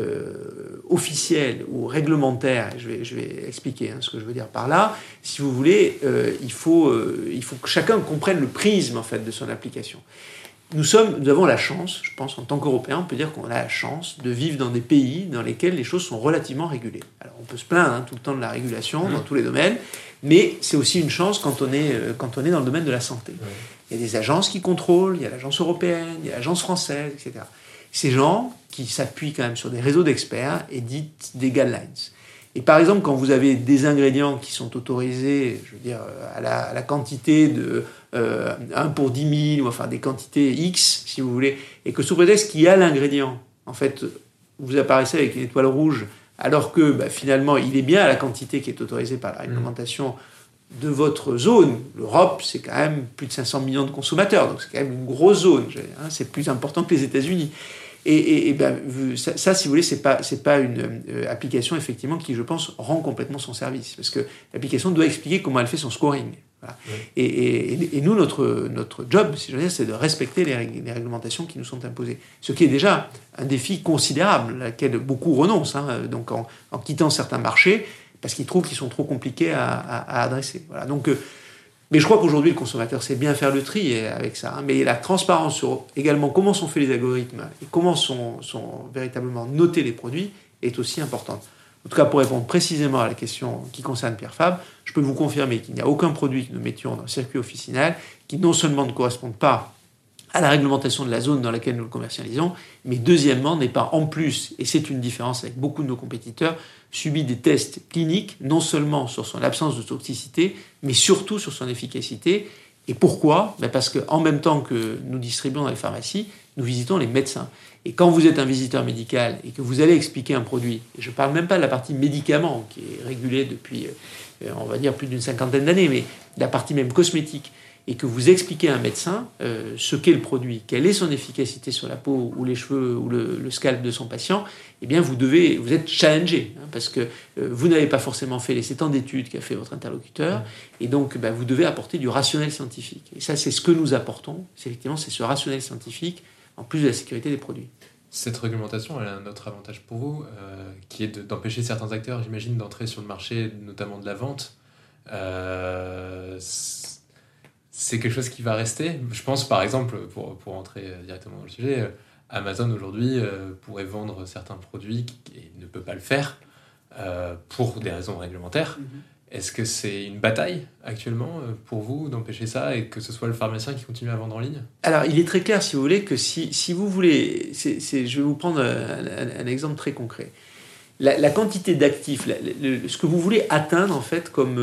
euh, officiels ou réglementaires, je vais, je vais expliquer hein, ce que je veux dire par là, si vous voulez, euh, il faut, euh, il faut que chacun comprenne le prisme en fait, de son application. Nous, sommes, nous avons la chance, je pense, en tant qu'Européens, on peut dire qu'on a la chance de vivre dans des pays dans lesquels les choses sont relativement régulées. Alors, on peut se plaindre hein, tout le temps de la régulation mmh. dans tous les domaines, mais c'est aussi une chance quand on est, euh, quand on est dans le domaine de la santé. Mmh. Il y a des agences qui contrôlent, il y a l'agence européenne, il y a l'agence française, et cetera. Ces gens qui s'appuient quand même sur des réseaux d'experts éditent des guidelines. Et par exemple, quand vous avez des ingrédients qui sont autorisés, je veux dire, à la, à la quantité de euh, un pour dix mille, ou enfin des quantités X, si vous voulez, et que sous prétexte qu'il y a l'ingrédient, en fait, vous apparaissez avec une étoile rouge, alors que bah, finalement, il est bien à la quantité qui est autorisée par la réglementation de votre zone. L'Europe, c'est quand même plus de cinq cents millions de consommateurs, donc c'est quand même une grosse zone. Hein, c'est plus important que les États-Unis. Et, et, et ben, ça, ça, si vous voulez, c'est pas, c'est pas une euh, application, effectivement, qui, je pense, rend complètement son service. Parce que l'application doit expliquer comment elle fait son scoring. Voilà. Oui. Et, et, et nous, notre, notre job, si je veux dire, c'est de respecter les, règles, les réglementations qui nous sont imposées. Ce qui est déjà un défi considérable, à laquelle beaucoup renoncent, hein, donc en, en quittant certains marchés, parce qu'ils trouvent qu'ils sont trop compliqués à, à, à adresser. Voilà. Donc, euh, mais je crois qu'aujourd'hui, le consommateur sait bien faire le tri avec ça. Hein, mais la transparence sur également comment sont faits les algorithmes et comment sont, sont véritablement notés les produits est aussi importante. En tout cas, pour répondre précisément à la question qui concerne Pierre Fabre, je peux vous confirmer qu'il n'y a aucun produit que nous mettions dans le circuit officinal qui non seulement ne corresponde pas à la réglementation de la zone dans laquelle nous le commercialisons, mais deuxièmement, n'est pas en plus, et c'est une différence avec beaucoup de nos compétiteurs, subi des tests cliniques, non seulement sur son absence de toxicité, mais surtout sur son efficacité. Et pourquoi ? Ben parce qu'en même temps que nous distribuons dans les pharmacies, nous visitons les médecins. Et quand vous êtes un visiteur médical et que vous allez expliquer un produit, et je ne parle même pas de la partie médicaments, qui est régulée depuis, on va dire, plus d'une cinquantaine d'années, mais de la partie même cosmétique, et que vous expliquez à un médecin euh, ce qu'est le produit, quelle est son efficacité sur la peau ou les cheveux ou le, le scalp de son patient, eh bien vous devez, vous êtes challengé, hein, parce que euh, vous n'avez pas forcément fait les sept ans d'études qu'a fait votre interlocuteur, et donc bah, vous devez apporter du rationnel scientifique. Et ça, c'est ce que nous apportons, c'est effectivement c'est ce rationnel scientifique, en plus de la sécurité des produits. Cette réglementation, elle a un autre avantage pour vous, euh, qui est de, d'empêcher certains acteurs, j'imagine, d'entrer sur le marché, notamment de la vente. Euh, c'est quelque chose qui va rester. Je pense, par exemple, pour, pour entrer directement dans le sujet, Amazon, aujourd'hui, euh, pourrait vendre certains produits et ne peut pas le faire euh, pour des raisons réglementaires. Mm-hmm. Est-ce que c'est une bataille, actuellement, pour vous, d'empêcher ça et que ce soit le pharmacien qui continue à vendre en ligne ? Alors, il est très clair, si vous voulez, que si, si vous voulez... C'est, c'est, je vais vous prendre un, un, un exemple très concret. La, la quantité d'actifs, la, le, ce que vous voulez atteindre, en fait, comme...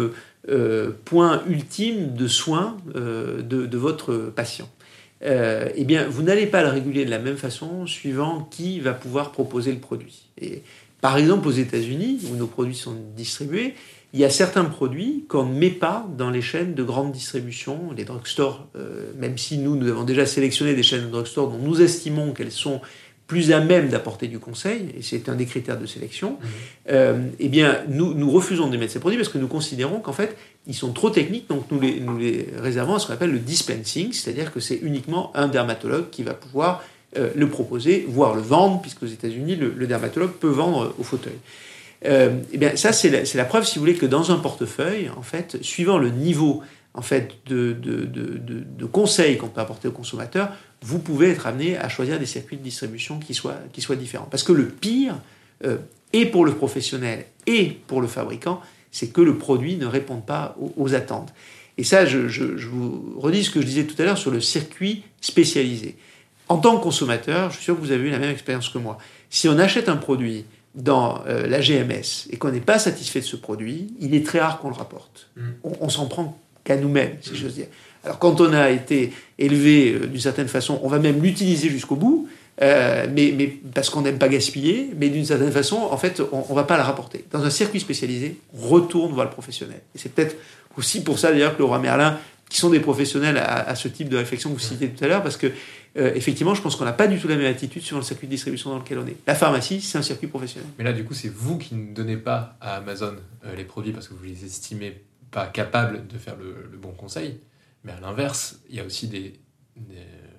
euh, point ultime de soin euh, de, de votre patient. Euh, eh bien, vous n'allez pas le réguler de la même façon suivant qui va pouvoir proposer le produit. Et, par exemple, aux États-Unis, où nos produits sont distribués, il y a certains produits qu'on ne met pas dans les chaînes de grande distribution, les drugstores, euh, même si nous, nous avons déjà sélectionné des chaînes de drugstores dont nous estimons qu'elles sont plus à même d'apporter du conseil, et c'est un des critères de sélection, mmh. euh, eh bien, nous, nous refusons de mettre ces produits parce que nous considérons qu'en fait, ils sont trop techniques, donc nous les, nous les réservons à ce qu'on appelle le dispensing, c'est-à-dire que c'est uniquement un dermatologue qui va pouvoir euh, le proposer, voire le vendre, puisqu'aux États-Unis, le, le dermatologue peut vendre au fauteuil. Euh, eh bien, ça, c'est la, c'est la preuve, si vous voulez, que dans un portefeuille, en fait, suivant le niveau en fait, de, de, de, de, de conseils qu'on peut apporter aux consommateurs, vous pouvez être amené à choisir des circuits de distribution qui soient, qui soient différents. Parce que le pire, euh, et pour le professionnel et pour le fabricant, c'est que le produit ne réponde pas aux, aux attentes. Et ça, je, je, je vous redis ce que je disais tout à l'heure sur le circuit spécialisé. En tant que consommateur, je suis sûr que vous avez eu la même expérience que moi. Si on achète un produit dans euh, la G M S et qu'on n'est pas satisfait de ce produit, il est très rare qu'on le rapporte. Mmh. On, on s'en prend qu'à nous-mêmes, si mmh. j'ose dire. Alors quand on a été élevé euh, d'une certaine façon, on va même l'utiliser jusqu'au bout, euh, mais, mais parce qu'on n'aime pas gaspiller, mais d'une certaine façon, en fait, on ne va pas la rapporter. Dans un circuit spécialisé, on retourne voir le professionnel. Et c'est peut-être aussi pour ça d'ailleurs que Leroy Merlin, qui sont des professionnels à, à ce type de réflexion que vous citez tout à l'heure, parce que euh, effectivement, je pense qu'on n'a pas du tout la même attitude sur le circuit de distribution dans lequel on est. La pharmacie, c'est un circuit professionnel. Mais là, du coup, c'est vous qui ne donnez pas à Amazon euh, les produits parce que vous les estimez pas capables de faire le, le bon conseil. Mais à l'inverse, il y a aussi des, des,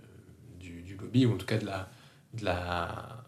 du, du lobby, ou en tout cas de la, de la,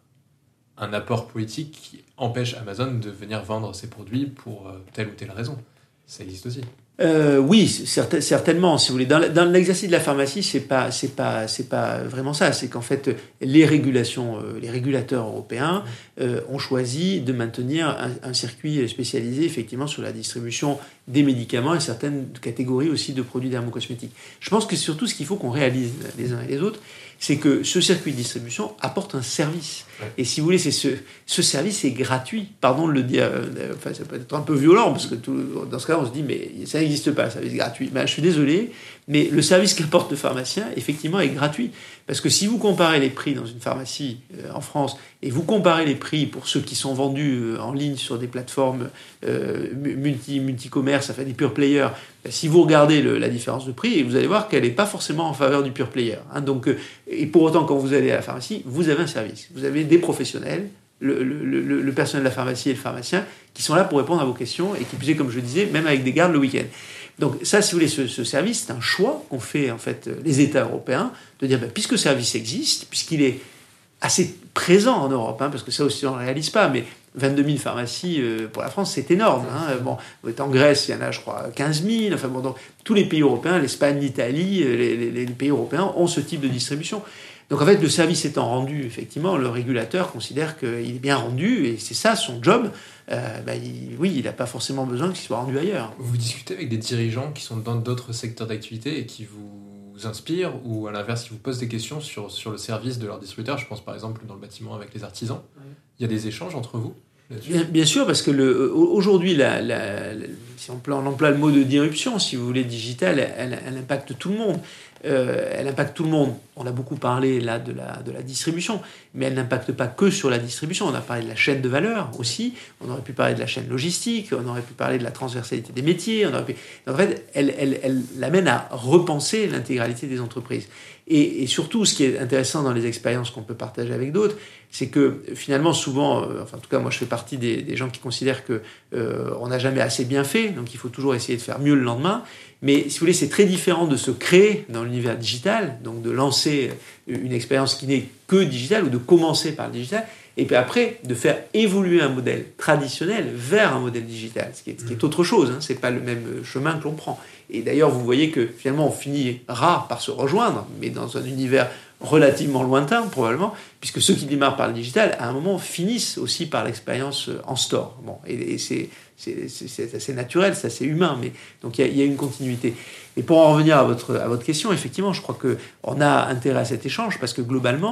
un apport politique qui empêche Amazon de venir vendre ses produits pour euh, telle ou telle raison. Ça existe aussi. Euh, oui, certain, certainement. Si vous voulez, dans, dans l'exercice de la pharmacie, c'est pas, c'est pas, c'est pas vraiment ça. C'est qu'en fait, les régulations, euh, les régulateurs européens euh, ont choisi de maintenir un, un circuit spécialisé effectivement sur la distribution des médicaments et certaines catégories aussi de produits dermocosmétiques. Je pense que surtout ce qu'il faut qu'on réalise les uns et les autres, c'est que ce circuit de distribution apporte un service. Ouais. Et si vous voulez, c'est ce, ce service est gratuit. Pardon de le dire, euh, enfin, ça peut être un peu violent, parce que tout, dans ce cas-là, on se dit, mais ça n'existe pas, le service gratuit. Ben, je suis désolé, mais le service qu'apporte le pharmacien, effectivement, est gratuit. Parce que si vous comparez les prix dans une pharmacie euh, en France, et vous comparez les prix pour ceux qui sont vendus euh, en ligne sur des plateformes euh, multi, multi-commerce, enfin des pure players, ben, si vous regardez le, la différence de prix, vous allez voir qu'elle n'est pas forcément en faveur du pure player. Hein. Donc, euh, et pour autant, quand vous allez à la pharmacie, vous avez un service. Vous avez des professionnels, le, le, le, le personnel de la pharmacie et le pharmacien, qui sont là pour répondre à vos questions, et qui plus est, comme je le disais, même avec des gardes le week-end. Donc ça, si vous voulez, ce, ce service, c'est un choix qu'ont fait en fait les États européens de dire, ben, puisque ce service existe, puisqu'il est assez présent en Europe, hein, parce que ça aussi on ne réalise pas, mais vingt-deux mille pharmacies euh, pour la France, c'est énorme. Hein. Bon, vous êtes en Grèce, il y en a, je crois, quinze mille. Enfin bon, donc tous les pays européens, l'Espagne, l'Italie, les, les, les pays européens ont ce type de distribution. Donc en fait, le service étant rendu, effectivement, le régulateur considère qu'il est bien rendu, et c'est ça son job. Euh, bah, il, oui, il n'a pas forcément besoin qu'il soit rendu ailleurs. Vous discutez avec des dirigeants qui sont dans d'autres secteurs d'activité et qui vous inspirent, ou à l'inverse, qui vous posent des questions sur, sur le service de leur distributeur. Je pense par exemple dans le bâtiment avec les artisans. Ouais. Il y a des échanges entre vous là-dessus ? Bien, bien sûr, parce que le, aujourd'hui, la, la, la, si on, on emploie le mot de disruption, si vous voulez, digitale, elle, elle impacte tout le monde. Euh, elle impacte tout le monde. On a beaucoup parlé là de la, de la distribution, mais elle n'impacte pas que sur la distribution. On a parlé de la chaîne de valeur aussi, on aurait pu parler de la chaîne logistique, on aurait pu parler de la transversalité des métiers. On aurait pu... Donc, en fait, elle, elle, elle l'amène à repenser l'intégralité des entreprises. Et, et surtout, ce qui est intéressant dans les expériences qu'on peut partager avec d'autres, c'est que finalement, souvent, euh, enfin en tout cas moi je fais partie des, des gens qui considèrent que euh, on n'a jamais assez bien fait, donc il faut toujours essayer de faire mieux le lendemain. Mais si vous voulez, c'est très différent de se créer dans l'univers digital, donc de lancer une expérience qui n'est que digitale, ou de commencer par le digital, et puis après de faire évoluer un modèle traditionnel vers un modèle digital, ce qui est, ce qui est autre chose, hein, c'est pas le même chemin que l'on prend. Et d'ailleurs, vous voyez que finalement on finira par se rejoindre, mais dans un univers relativement lointain probablement, puisque ceux qui démarrent par le digital, à un moment, finissent aussi par l'expérience en store. Bon, et, et c'est, c'est, c'est, c'est assez naturel, c'est assez humain, mais donc il y, y a une continuité. Et pour en revenir à votre, à votre question, effectivement, je crois qu'on a intérêt à cet échange, parce que globalement,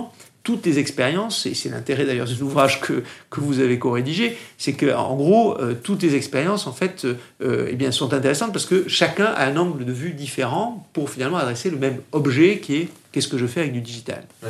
toutes les expériences, et c'est l'intérêt d'ailleurs de l'ouvrage que, que vous avez co-rédigé, c'est que en gros, euh, toutes les expériences en fait, euh, eh bien, sont intéressantes parce que chacun a un angle de vue différent pour finalement adresser le même objet qui est qu'est-ce que je fais avec du digital. Ouais.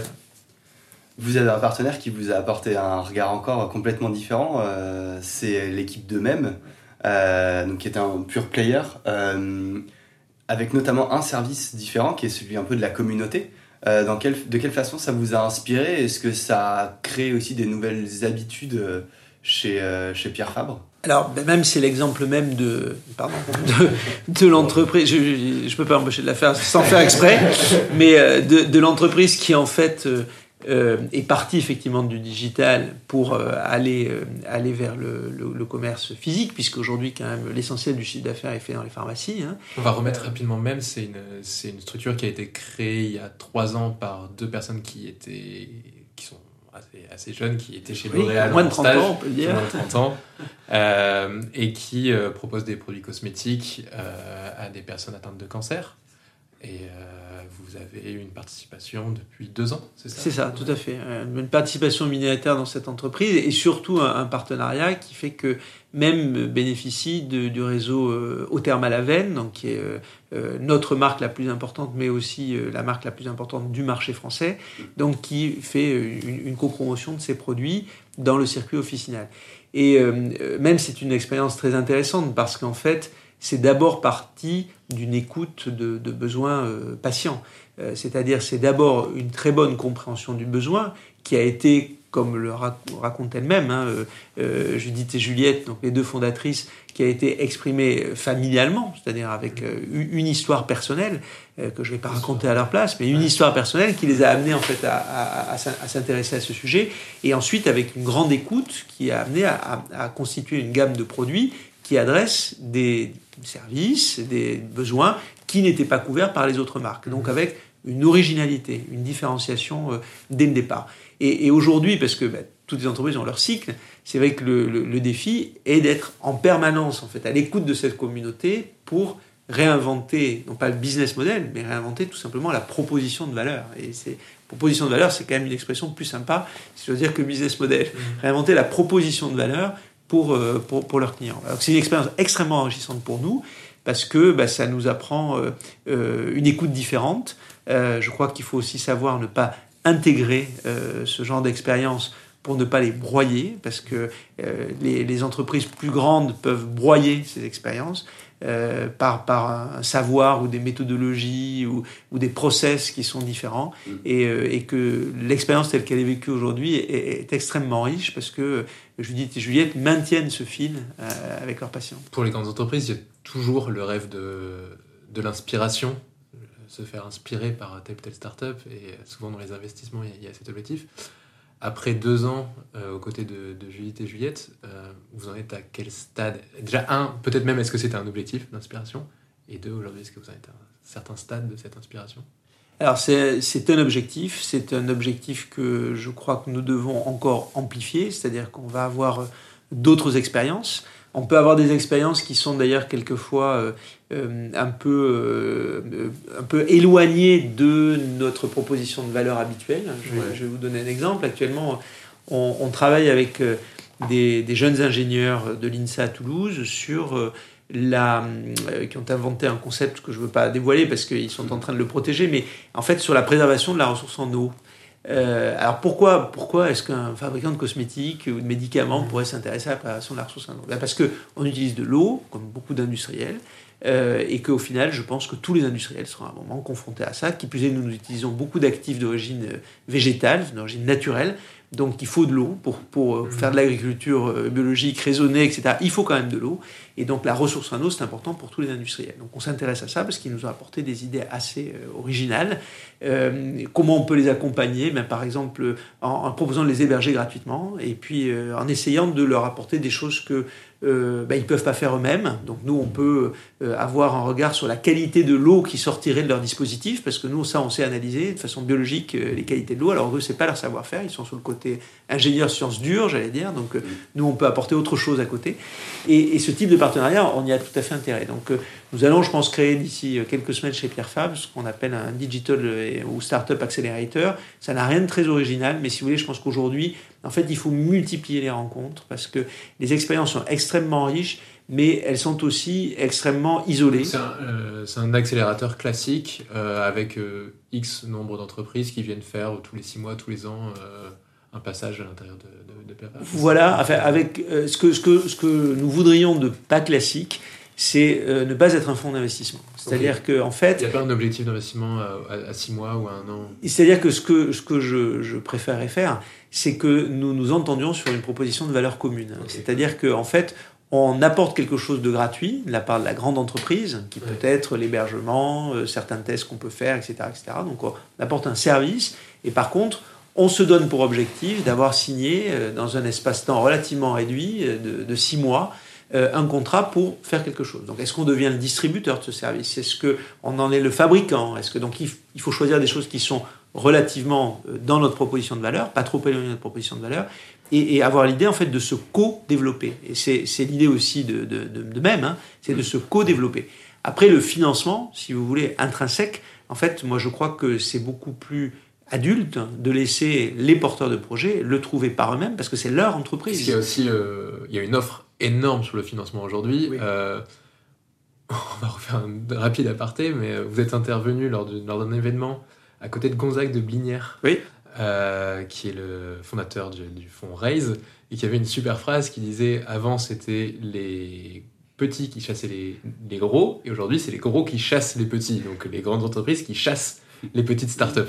Vous avez un partenaire qui vous a apporté un regard encore complètement différent, euh, c'est l'équipe de Même, euh, donc qui est un pure player, euh, avec notamment un service différent qui est celui un peu de la communauté. Euh, dans quelle, de quelle façon ça vous a inspiré ? Est-ce que ça a créé aussi des nouvelles habitudes chez, euh, chez Pierre Fabre ? Alors, ben même c'est l'exemple même de, pardon, de, de l'entreprise, je ne peux pas m'empêcher de la faire sans faire exprès, mais euh, de, de l'entreprise qui en fait euh, euh, est partie effectivement du digital pour euh, aller, euh, aller vers le, le, le commerce physique, puisqu'aujourd'hui quand même l'essentiel du chiffre d'affaires est fait dans les pharmacies. Hein. On va remettre rapidement Même, c'est une, c'est une structure qui a été créée il y a trois ans par deux personnes qui étaient, qui sont assez, assez jeunes, qui étaient chez Oui, L'Oréal moins en de trente stage, ans, on peut le dire. moins de trente ans, euh, et qui euh, proposent des produits cosmétiques euh, à des personnes atteintes de cancer. Et euh, vous avez une participation depuis deux ans, c'est ça ? C'est ça, tout à fait. Une participation minoritaire dans cette entreprise et surtout un, un partenariat qui fait que Même bénéficie de, du réseau euh, Au Terme à la Veine, donc qui est euh, notre marque la plus importante, mais aussi euh, la marque la plus importante du marché français, donc qui fait une, une copromotion de ses produits dans le circuit officinal. Et euh, Même c'est une expérience très intéressante parce qu'en fait, c'est d'abord parti d'une écoute de, de besoins euh, patients. Euh, c'est-à-dire, c'est d'abord une très bonne compréhension du besoin qui a été, comme le racontent elles-mêmes, hein, euh, Judith et Juliette, donc les deux fondatrices, qui a été exprimée familialement, c'est-à-dire avec euh, une histoire personnelle, euh, que je ne vais pas raconter à leur place, mais une histoire personnelle qui les a amenés en fait, à, à, à, à s'intéresser à ce sujet, et ensuite avec une grande écoute qui a amené à, à, à constituer une gamme de produits qui adresse des services, des besoins qui n'étaient pas couverts par les autres marques. Donc avec une originalité, une différenciation euh, dès le départ. Et, et aujourd'hui, parce que bah, toutes les entreprises ont leur cycle, c'est vrai que le, le, le défi est d'être en permanence en fait, à l'écoute de cette communauté pour réinventer, non pas le business model, mais réinventer tout simplement la proposition de valeur. Et c'est, proposition de valeur, c'est quand même une expression plus sympa, si je veux dire, que business model. Mmh. Réinventer la proposition de valeur pour, pour, pour leurs clients. Alors, c'est une expérience extrêmement enrichissante pour nous, parce que bah, ça nous apprend euh, euh, une écoute différente. Euh, je crois qu'il faut aussi savoir ne pas intégrer euh, ce genre d'expérience pour ne pas les broyer, parce que euh, les, les entreprises plus grandes peuvent broyer ces expériences euh, par, par un savoir ou des méthodologies ou, ou des process qui sont différents, mmh. et, euh, et que l'expérience telle qu'elle est vécue aujourd'hui est, est extrêmement riche, parce que Judith et Juliette maintiennent ce fil euh, avec leurs patients. Pour les grandes entreprises, il y a toujours le rêve de, de l'inspiration, se faire inspirer par telle ou telle start-up, et souvent dans les investissements, il y a, il y a cet objectif. Après deux ans, euh, aux côtés de, de Judith et Juliette, euh, vous en êtes à quel stade ? Déjà, un, peut-être même, est-ce que c'était un objectif d'inspiration ? Et deux, aujourd'hui, est-ce que vous en êtes à un certain stade de cette inspiration ? Alors, c'est, c'est un objectif. C'est un objectif que je crois que nous devons encore amplifier, c'est-à-dire qu'on va avoir d'autres expériences. On peut avoir des expériences qui sont d'ailleurs quelquefois euh, euh, un, peu, euh, un peu éloignées de notre proposition de valeur habituelle. Je, ouais. je vais vous donner un exemple. Actuellement, on, on travaille avec euh, des, des jeunes ingénieurs de l'INSA à Toulouse sur, euh, la, euh, qui ont inventé un concept que je ne veux pas dévoiler parce qu'ils sont en train de le protéger, mais en fait sur la préservation de la ressource en eau. Euh, alors pourquoi, pourquoi est-ce qu'un fabricant de cosmétiques ou de médicaments pourrait s'intéresser à la préservation de la ressource en eau ? Ben parce qu'on utilise de l'eau, comme beaucoup d'industriels, euh, et qu'au final, je pense que tous les industriels seront à un moment confrontés à ça. Qui plus est, nous, nous utilisons beaucoup d'actifs d'origine végétale, d'origine naturelle, donc il faut de l'eau pour, pour faire de l'agriculture biologique raisonnée, et cetera. Il faut quand même de l'eau. Et donc la ressource en eau, c'est important pour tous les industriels. Donc on s'intéresse à ça parce qu'ils nous ont apporté des idées assez euh, originales. Euh, comment on peut les accompagner ? Ben, par exemple, en, en proposant de les héberger gratuitement et puis euh, en essayant de leur apporter des choses que euh, bah, ils ne peuvent pas faire eux-mêmes. Donc nous, on peut euh, avoir un regard sur la qualité de l'eau qui sortirait de leur dispositif, parce que nous, ça, on sait analyser de façon biologique euh, les qualités de l'eau. Alors eux, ce n'est pas leur savoir-faire, ils sont sur le côté ingénieur sciences dures, j'allais dire. Donc euh, nous, on peut apporter autre chose à côté. Et, et ce type de partenariat, on y a tout à fait intérêt. Donc euh, nous allons, je pense, créer d'ici quelques semaines chez Pierre Fabre ce qu'on appelle un Digital ou Startup Accelerator. Ça n'a rien de très original, mais si vous voulez, je pense qu'aujourd'hui, en fait, il faut multiplier les rencontres parce que les expériences sont extrêmement riches, mais elles sont aussi extrêmement isolées. C'est un, euh, c'est un accélérateur classique euh, avec euh, X nombre d'entreprises qui viennent faire tous les six mois, tous les ans, euh, un passage à l'intérieur de, de, de Pierre Fabre. Voilà, enfin, avec euh, ce, que, ce, que, ce que nous voudrions de pas classique, c'est euh, ne pas être un fonds d'investissement. C'est-à-dire okay. qu'en fait... Il n'y a pas un objectif d'investissement à, à, à six mois ou à un an. C'est-à-dire que ce que, ce que je, je préférerais faire, c'est que nous nous entendions sur une proposition de valeur commune. Okay. C'est-à-dire qu'en fait, on apporte quelque chose de gratuit de la part de la grande entreprise, qui ouais. peut être l'hébergement, euh, certains tests qu'on peut faire, et cetera, et cetera. Donc on apporte un service, et par contre, on se donne pour objectif d'avoir signé, euh, dans un espace-temps relativement réduit, euh, de, de six mois, Euh, un contrat pour faire quelque chose. Donc, est-ce qu'on devient le distributeur de ce service ? Est-ce qu'on en est le fabricant ? Est-ce que donc il, f- il faut choisir des choses qui sont relativement euh, dans notre proposition de valeur, pas trop éloignées de notre proposition de valeur, et, et avoir l'idée en fait de se co-développer. Et c'est, c'est l'idée aussi de, de, de, de même, hein, c'est de se co-développer. Après, le financement, si vous voulez, intrinsèque, en fait, moi je crois que c'est beaucoup plus adulte de laisser les porteurs de projets le trouver par eux-mêmes parce que c'est leur entreprise. Il y a aussi euh, il y a une offre énorme sur le financement aujourd'hui. Oui. Euh, on va refaire un rapide aparté, mais vous êtes intervenu lors, de, lors d'un événement à côté de Gonzague de Blinière, oui. euh, qui est le fondateur du, du fonds Raise, et qui avait une super phrase qui disait « Avant, c'était les petits qui chassaient les, les gros, et aujourd'hui, c'est les gros qui chassent les petits. » Donc les grandes entreprises qui chassent les petites startups.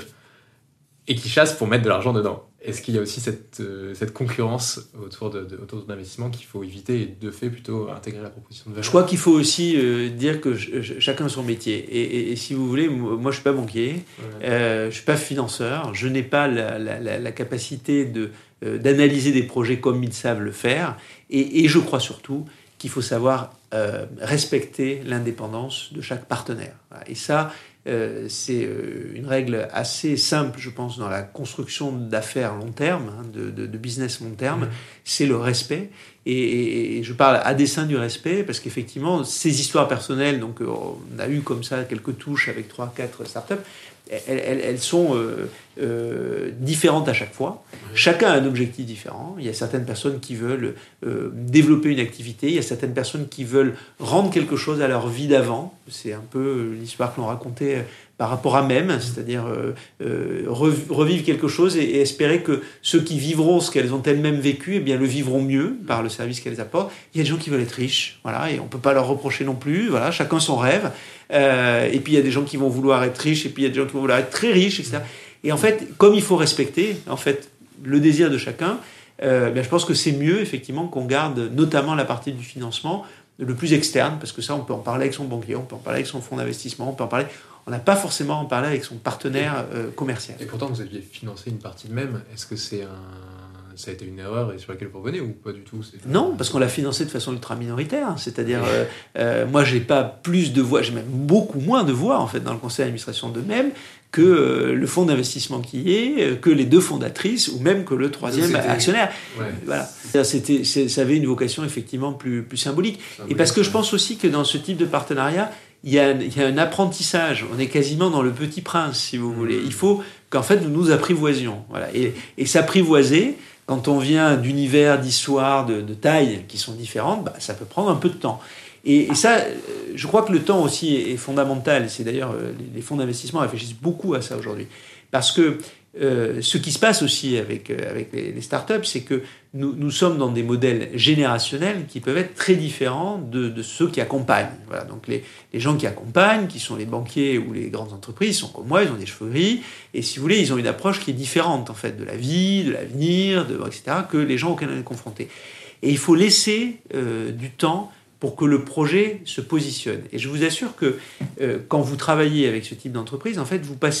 Et qui chassent pour mettre de l'argent dedans. Est-ce qu'il y a aussi cette, euh, cette concurrence autour, de, de, autour de l'investissement qu'il faut éviter et de fait plutôt intégrer la proposition de valeur ? Je crois qu'il faut aussi euh, dire que je, je, chacun a son métier. Et, et, et si vous voulez, moi je ne suis pas banquier, ouais. euh, je ne suis pas financeur, je n'ai pas la, la, la, la capacité de, euh, d'analyser des projets comme ils savent le faire. Et, et je crois surtout qu'il faut savoir euh, respecter l'indépendance de chaque partenaire. Et ça, Euh, c'est euh, une règle assez simple, je pense, dans la construction d'affaires long terme, hein, de, de, de business long terme, mmh. c'est le respect. Et, et, et je parle à dessein du respect, parce qu'effectivement, ces histoires personnelles, donc on a eu comme ça quelques touches avec trois, quatre startups, elles, elles, elles sont euh, euh, différentes à chaque fois. Chacun a un objectif différent. Il y a certaines personnes qui veulent euh, développer une activité, il y a certaines personnes qui veulent rendre quelque chose à leur vie d'avant. C'est un peu l'histoire que l'on racontait par rapport à même, c'est-à-dire euh, euh, revivre quelque chose et, et espérer que ceux qui vivront ce qu'elles ont elles-mêmes vécu, eh bien, le vivront mieux par le service qu'elles apportent. Il y a des gens qui veulent être riches, voilà, et on ne peut pas leur reprocher non plus, voilà, chacun son rêve. Euh, et puis il y a des gens qui vont vouloir être riches, et puis il y a des gens qui vont vouloir être très riches, et cetera. Et en fait, comme il faut respecter en fait, le désir de chacun, euh, bien, je pense que c'est mieux effectivement qu'on garde notamment la partie du financement le plus externe, parce que ça, on peut en parler avec son banquier, on peut en parler avec son fonds d'investissement, on peut en parler... On n'a pas forcément en parler avec son partenaire euh, commercial. Et pourtant, vous aviez financé une partie de même. Est-ce que c'est un... ça a été une erreur et sur laquelle vous revenez ou pas du tout ? C'est... Non, parce qu'on l'a financé de façon ultra minoritaire. C'est-à-dire, euh, euh, moi, j'ai pas plus de voix, j'ai même beaucoup moins de voix en fait dans le conseil d'administration de même que euh, le fonds d'investissement qui y est, que les deux fondatrices ou même que le troisième C'était... actionnaire. Ouais. Voilà. C'était, c'est, ça avait une vocation effectivement plus, plus symbolique. symbolique. Et parce que je pense aussi que dans ce type de partenariat, il y, a, il y a un apprentissage. On est quasiment dans le Petit Prince, si vous voulez. Il faut qu'en fait, nous nous apprivoisions. Voilà. Et, et s'apprivoiser, quand on vient d'univers, d'histoires, de, de tailles qui sont différentes, bah, ça peut prendre un peu de temps. Et, et ça, je crois que le temps aussi est, est fondamental. C'est d'ailleurs, les, les fonds d'investissement réfléchissent beaucoup à ça aujourd'hui. Parce que euh, ce qui se passe aussi avec, euh, avec les, les startups, c'est que nous, nous sommes dans des modèles générationnels qui peuvent être très différents de, de ceux qui accompagnent. Voilà, donc les, les gens qui accompagnent, qui sont les banquiers ou les grandes entreprises, sont comme moi, ils ont des cheveux gris, et si vous voulez, ils ont une approche qui est différente en fait, de la vie, de l'avenir, de, et cetera, que les gens auxquels on est confrontés. Et il faut laisser euh, du temps pour que le projet se positionne. Et je vous assure que euh, quand vous travaillez avec ce type d'entreprise, en fait, vous passez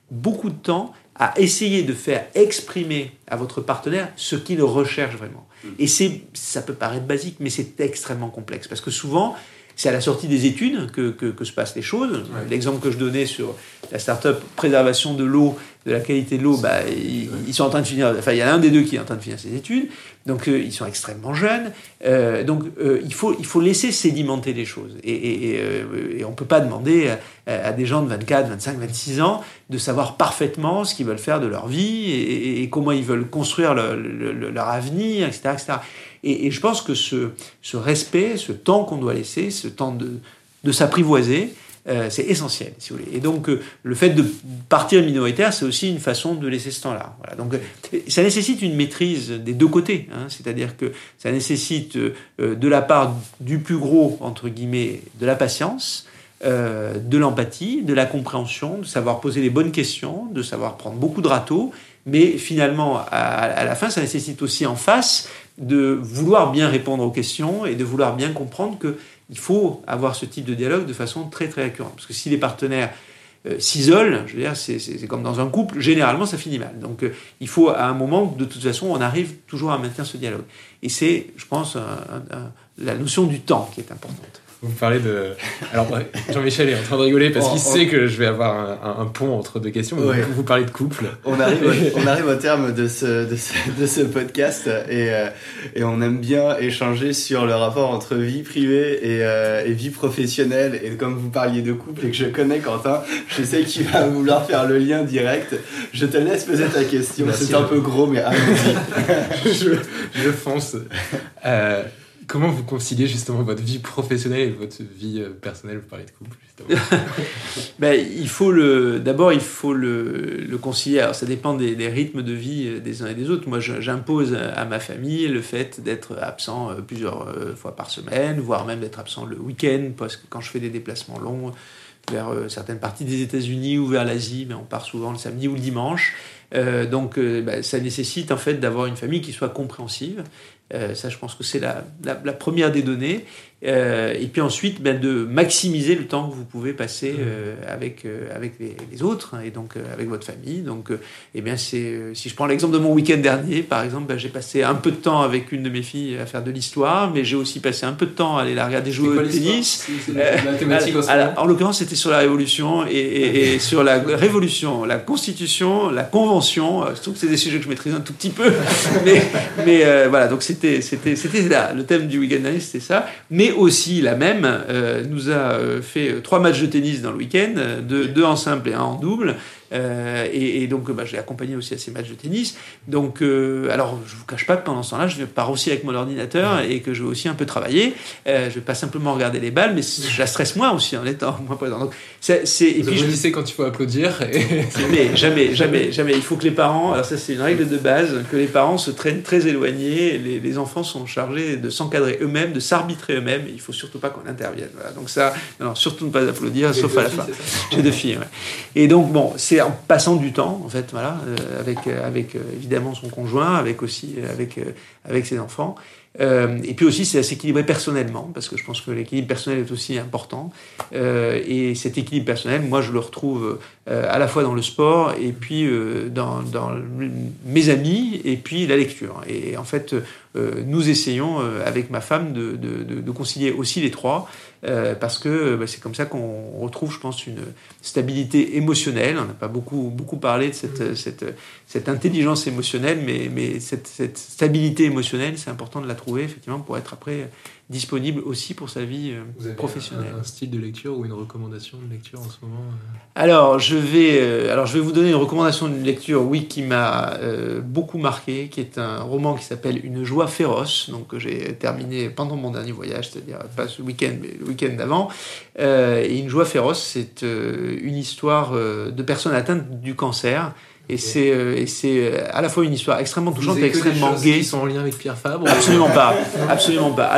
beaucoup de temps à essayer de faire exprimer à votre partenaire ce qu'il recherche vraiment. Et c'est, ça peut paraître basique, mais c'est extrêmement complexe. Parce que souvent, c'est à la sortie des études que, que, que se passent les choses. Ouais. L'exemple que je donnais sur la start-up préservation de l'eau, de la qualité de l'eau, bah, ils, ils sont en train de finir, enfin, il y en a un des deux qui est en train de finir ses études, donc euh, ils sont extrêmement jeunes, euh, donc euh, il, faut, il faut laisser sédimenter les choses. Et, et, et, euh, et on ne peut pas demander à, à des gens de vingt-quatre, vingt-cinq, vingt-six ans de savoir parfaitement ce qu'ils veulent faire de leur vie et, et, et comment ils veulent construire le, le, le, leur avenir, et cetera, et cetera. Et, et je pense que ce, ce respect, ce temps qu'on doit laisser, ce temps de, de s'apprivoiser, euh, c'est essentiel, si vous voulez. Et donc, euh, le fait de partir minoritaire, c'est aussi une façon de laisser ce temps-là. Voilà. Donc, euh, ça nécessite une maîtrise des deux côtés. Hein. C'est-à-dire que ça nécessite, euh, de la part du plus gros, entre guillemets, de la patience, euh, de l'empathie, de la compréhension, de savoir poser les bonnes questions, de savoir prendre beaucoup de râteaux. Mais finalement, à, à la fin, ça nécessite aussi en face de vouloir bien répondre aux questions et de vouloir bien comprendre qu'il faut avoir ce type de dialogue de façon très très récurrente. Parce que si les partenaires euh, s'isolent, je veux dire, c'est, c'est, c'est comme dans un couple, généralement ça finit mal. Donc euh, il faut à un moment, de toute façon, on arrive toujours à maintenir ce dialogue. Et c'est, je pense, un, un, un, la notion du temps qui est importante. Vous me parlez de... Alors, Jean-Michel est en train de rigoler parce on, qu'il on... sait que je vais avoir un, un, un pont entre deux questions. Ouais. Vous, vous parlez de couple. On arrive, au, on arrive au terme de ce, de ce, de ce podcast et, euh, et on aime bien échanger sur le rapport entre vie privée et, euh, et vie professionnelle. Et comme vous parliez de couple et que je connais Quentin, je sais qu'il va vouloir faire le lien direct. Je te laisse poser ta question. Merci. C'est un peu gros, mais allons-y. je, je fonce. Euh... Comment vous conciliez justement votre vie professionnelle et votre vie personnelle? Vous parlez de couple, justement. ben, il faut le, d'abord, il faut le, le concilier. Alors, ça dépend des, des rythmes de vie des uns et des autres. Moi, je, j'impose à ma famille le fait d'être absent plusieurs fois par semaine, voire même d'être absent le week-end, parce que quand je fais des déplacements longs vers certaines parties des États-Unis ou vers l'Asie, ben, on part souvent le samedi ou le dimanche. Euh, donc, euh, ben, ça nécessite en fait d'avoir une famille qui soit compréhensive. Euh, ça, je pense que c'est la, la, la première des données. Euh, et puis ensuite, ben, de maximiser le temps que vous pouvez passer euh, avec, euh, avec les, les autres, hein, et donc euh, avec votre famille. Donc, euh, eh bien, c'est, euh, si je prends l'exemple de mon week-end dernier, par exemple, ben, j'ai passé un peu de temps avec une de mes filles à faire de l'histoire, mais j'ai aussi passé un peu de temps à aller la regarder jouer au tennis. C'est, c'est euh, la thématique à, à, à, en l'occurrence, c'était sur la Révolution et, et, et sur la Révolution, la Constitution, la Convention. Je trouve que c'est des sujets que je maîtrise un tout petit peu, mais, mais euh, voilà. Donc c'était, c'était, c'était là. Le thème du week-end dernier, c'était ça. Mais aussi la même euh, nous a euh, fait trois matchs de tennis dans le week-end, deux, deux en simple et un en double. Euh, et, et donc bah, je l'ai accompagné aussi à ces matchs de tennis. Donc, euh, alors je vous cache pas que pendant ce temps-là, je pars aussi avec mon ordinateur et que je vais aussi un peu travailler. Euh, je vais pas simplement regarder les balles, mais je la stresse moins aussi en étant moins présent. Donc, c'est, c'est, et puis je sais quand il faut applaudir. Et... jamais, jamais, jamais, jamais. Il faut que les parents, alors ça c'est une règle de base, que les parents se traînent très éloignés. Les, les enfants sont chargés de s'encadrer eux-mêmes, de s'arbitrer eux-mêmes. Et il faut surtout pas qu'on intervienne. Voilà. Donc ça, non, surtout ne pas applaudir, sauf à la fin. J'ai deux filles. Ouais. Et donc bon, c'est en passant du temps, en fait, voilà, euh, avec, euh, avec euh, évidemment son conjoint, avec aussi euh, avec, euh, avec ses enfants. Euh, et puis aussi, c'est à s'équilibrer personnellement, parce que je pense que l'équilibre personnel est aussi important. Euh, et cet équilibre personnel, moi, je le retrouve euh, à la fois dans le sport, et puis euh, dans, dans mes amis, et puis la lecture. Et en fait, euh, nous essayons, euh, avec ma femme, de, de, de, de concilier aussi les trois, euh, parce que bah, c'est comme ça qu'on retrouve, je pense, une stabilité émotionnelle. On n'a pas beaucoup, beaucoup parlé de cette, cette, cette intelligence émotionnelle, mais, mais cette, cette stabilité émotionnelle, c'est important de la trouver, effectivement, pour être après disponible aussi pour sa vie euh, Vous avez professionnelle. Un, un style de lecture ou une recommandation de lecture en ce moment euh... Alors, je vais, euh, alors, je vais vous donner une recommandation de lecture, oui, qui m'a euh, beaucoup marqué, qui est un roman qui s'appelle Une joie féroce, donc que j'ai terminé pendant mon dernier voyage, c'est-à-dire pas ce week-end, mais le week-end d'avant. Euh, et Une joie féroce, c'est euh, une histoire euh, de personnes atteintes du cancer. Et c'est, euh, et c'est à la fois une histoire extrêmement touchante et extrêmement gaie. Qui sont en lien avec Pierre Fabre? Absolument pas, absolument pas. Alors,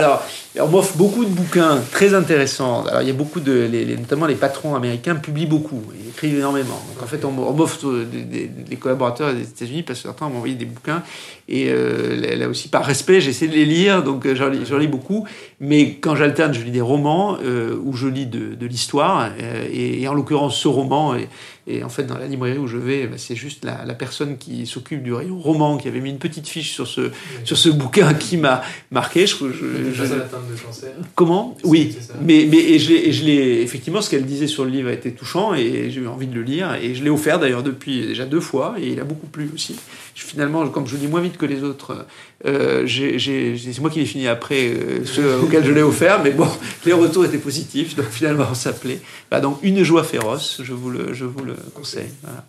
Et on m'offre beaucoup de bouquins très intéressants. Alors, il y a beaucoup de... Les, les, notamment les patrons américains publient beaucoup. Ils écrivent énormément. Donc, en fait, on, on m'offre des, des, des collaborateurs des États-Unis parce que certains m'ont envoyé des bouquins. Et euh, là aussi, par respect, j'essaie de les lire. Donc, j'en lis, j'en lis beaucoup. Mais quand j'alterne, je lis des romans euh, où je lis de, de l'histoire. Euh, et, et en l'occurrence, ce roman... Et, Et en fait, dans la librairie où je vais, bah, c'est juste la, la personne qui s'occupe du rayon roman qui avait mis une petite fiche sur ce, oui. sur ce bouquin qui m'a marqué. Je, je, je, je... atteinte de cancer. Comment ? C'est, Oui, c'est mais, mais et je, l'ai, et je l'ai, effectivement, ce qu'elle disait sur le livre a été touchant et j'ai eu envie de le lire. Et je l'ai offert d'ailleurs depuis déjà deux fois et il a beaucoup plu aussi. Je, finalement, comme je lis moins vite que les autres, euh, j'ai, j'ai, c'est moi qui l'ai fini après euh, ceux auxquels je l'ai offert, mais bon, les retours étaient positifs, donc finalement, ça plaît. Bah, donc, Une joie féroce, je vous le, je vous le conseille. Voilà.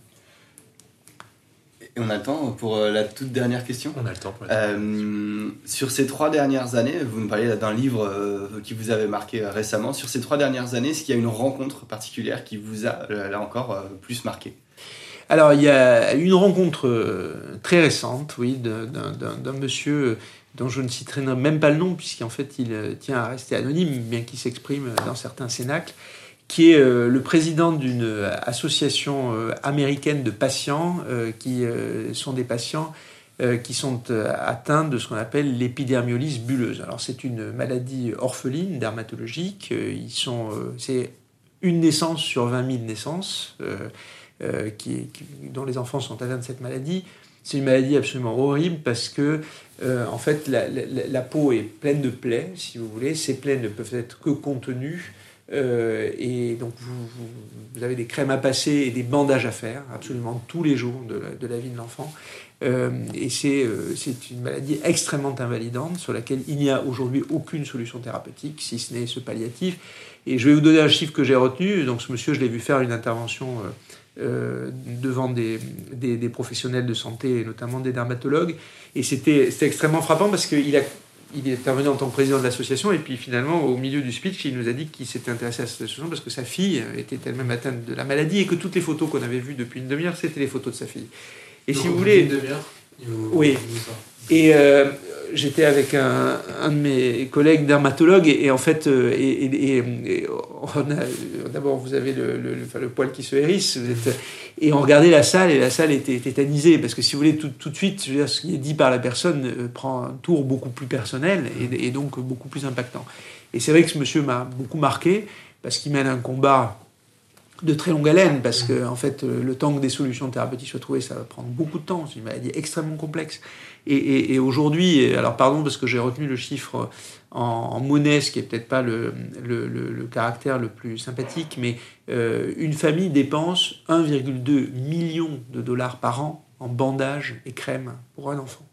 Et on a le temps pour la toute dernière question. On a le temps pour la euh, Sur ces trois dernières années, vous nous parlez d'un livre euh, qui vous avait marqué euh, récemment. Sur ces trois dernières années, est-ce qu'il y a une rencontre particulière qui vous a, là encore, euh, plus marqué ? Alors, il y a une rencontre euh, très récente, oui, d'un, d'un, d'un monsieur dont je ne citerai même pas le nom, puisqu'en fait, il tient à rester anonyme, bien qu'il s'exprime dans certains cénacles, qui est euh, le président d'une association euh, américaine de patients euh, qui euh, sont des patients euh, qui sont euh, atteints de ce qu'on appelle l'épidermiolyse bulleuse. Alors c'est une maladie orpheline, dermatologique. Euh, ils sont, euh, c'est une naissance sur vingt mille naissances euh, euh, qui, qui, dont les enfants sont atteints de cette maladie. C'est une maladie absolument horrible parce que euh, en fait la, la, la peau est pleine de plaies, si vous voulez. Ces plaies ne peuvent être que contenues. Euh, et donc vous, vous, vous avez des crèmes à passer et des bandages à faire absolument tous les jours de la, de la vie de l'enfant. Euh, et c'est, euh, c'est une maladie extrêmement invalidante sur laquelle il n'y a aujourd'hui aucune solution thérapeutique, si ce n'est ce palliatif. Et je vais vous donner un chiffre que j'ai retenu. Donc ce monsieur, je l'ai vu faire une intervention euh, euh, devant des, des, des professionnels de santé, et notamment des dermatologues. Et c'était, c'était extrêmement frappant parce qu'il a Il est intervenu en tant que président de l'association et puis finalement, au milieu du speech, il nous a dit qu'il s'était intéressé à cette association parce que sa fille était elle-même atteinte de la maladie et que toutes les photos qu'on avait vues depuis une demi-heure, c'était les photos de sa fille. Et donc, si vous voulez... Une demi-heure vous... Oui. Et euh, j'étais avec un, un de mes collègues dermatologues et, et en fait, euh, et, et, et on a, d'abord vous avez le, le, le, le poil qui se hérisse, vous êtes, et on regardait la salle et la salle était tétanisée parce que si vous voulez tout, tout de suite, je veux dire, ce qui est dit par la personne euh, prend un tour beaucoup plus personnel et, et donc beaucoup plus impactant. Et c'est vrai que ce monsieur m'a beaucoup marqué parce qu'il mène un combat de très longue haleine, parce que en fait, le temps que des solutions thérapeutiques soient trouvées, ça va prendre beaucoup de temps. C'est une maladie extrêmement complexe. Et, et, et aujourd'hui, alors pardon parce que j'ai retenu le chiffre en, en monnaie, ce qui est peut-être pas le, le, le, le caractère le plus sympathique, mais euh, une famille dépense un virgule deux million de dollars par an en bandages et crèmes pour un enfant.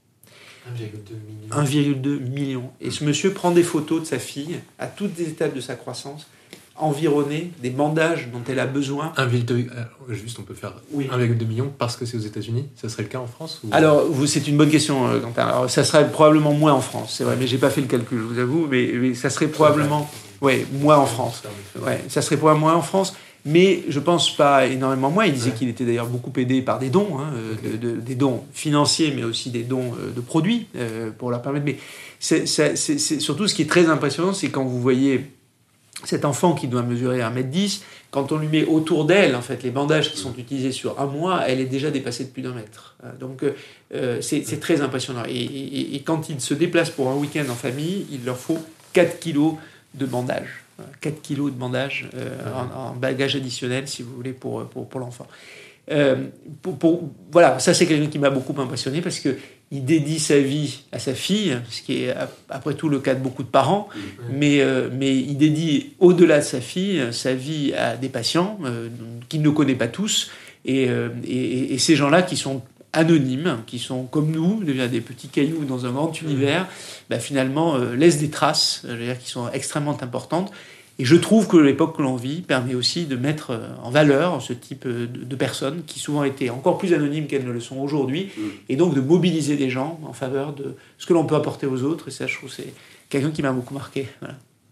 un virgule deux million. un virgule deux million. Et ce monsieur prend des photos de sa fille à toutes les étapes de sa croissance, environnée des bandages dont elle a besoin. un virgule deux, euh, juste, on peut faire oui. un virgule deux million parce que c'est aux États-Unis. Ça serait le cas en France ou... Alors, vous, c'est une bonne question, Quentin. Alors, ça serait probablement moins en France, c'est vrai, mais j'ai pas fait le calcul, je vous avoue. Mais, mais ça serait probablement, ouais, moins en France. Ouais, ça serait probablement moins en France. Mais je pense pas énormément moins. Il disait ouais. qu'il était d'ailleurs beaucoup aidé par des dons, hein, okay. de, de, des dons financiers, mais aussi des dons de produits euh, pour leur permettre. Mais c'est, c'est, c'est, c'est surtout ce qui est très impressionnant, c'est quand vous voyez cet enfant qui doit mesurer un mètre dix, quand on lui met autour d'elle, en fait, les bandages qui sont utilisés sur un mois, elle est déjà dépassée de plus d'un mètre. Donc, euh, c'est, c'est très impressionnant. Et, et, et quand ils se déplacent pour un week-end en famille, il leur faut quatre kilos de bandages. quatre kilos de bandages euh, en, en bagage additionnel, si vous voulez, pour, pour, pour l'enfant. Euh, pour, pour, voilà, ça c'est quelqu'un qui m'a beaucoup impressionné parce que il dédie sa vie à sa fille, ce qui est après tout le cas de beaucoup de parents, mmh. mais, euh, mais il dédie au-delà de sa fille sa vie à des patients euh, qu'il ne connaît pas tous, et, euh, et, et ces gens-là qui sont anonymes, qui sont comme nous, des petits cailloux dans un grand univers, mmh. bah, finalement euh, laissent des traces, je veux dire, qui sont extrêmement importantes. Et je trouve que l'époque que l'on vit permet aussi de mettre en valeur ce type de, de personnes qui souvent étaient encore plus anonymes qu'elles ne le sont aujourd'hui, mmh. et donc de mobiliser des gens en faveur de ce que l'on peut apporter aux autres. Et ça, je trouve, c'est quelqu'un qui m'a beaucoup marqué. Voilà.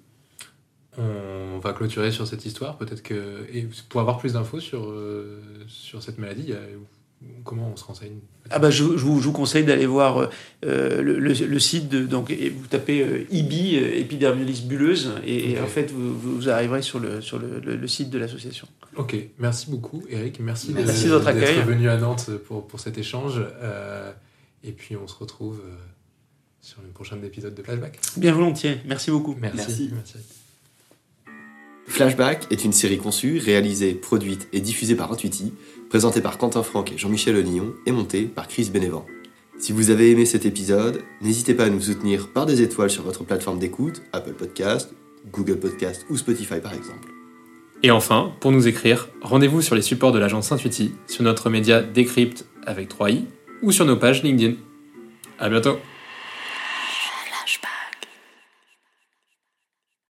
On va clôturer sur cette histoire. Peut-être que, et pour avoir plus d'infos sur, euh, sur cette maladie, il y a Comment on se renseigne? Ah bah je, je, vous, je vous conseille d'aller voir euh, le, le, le site, de, donc, et vous tapez euh, I B I, euh, épidermolyse bulleuse, et, okay. et en fait vous, vous arriverez sur, le, sur le, le, le site de l'association. Ok, merci beaucoup Eric, merci, merci de, de votre accueil. d'être venu à Nantes pour, pour cet échange, euh, et puis on se retrouve euh, sur le prochain épisode de Flashback. Bien volontiers, merci beaucoup. Merci. Merci. merci. Flashback est une série conçue, réalisée, produite et diffusée par Intuiti, présentée par Quentin Franck et Jean-Michel Onillon et montée par Chris Bénévent. Si vous avez aimé cet épisode, n'hésitez pas à nous soutenir par des étoiles sur votre plateforme d'écoute, Apple Podcast, Google Podcast ou Spotify par exemple. Et enfin, pour nous écrire, rendez-vous sur les supports de l'agence Intuiti, sur notre média Décrypte avec trois i ou sur nos pages LinkedIn. À bientôt.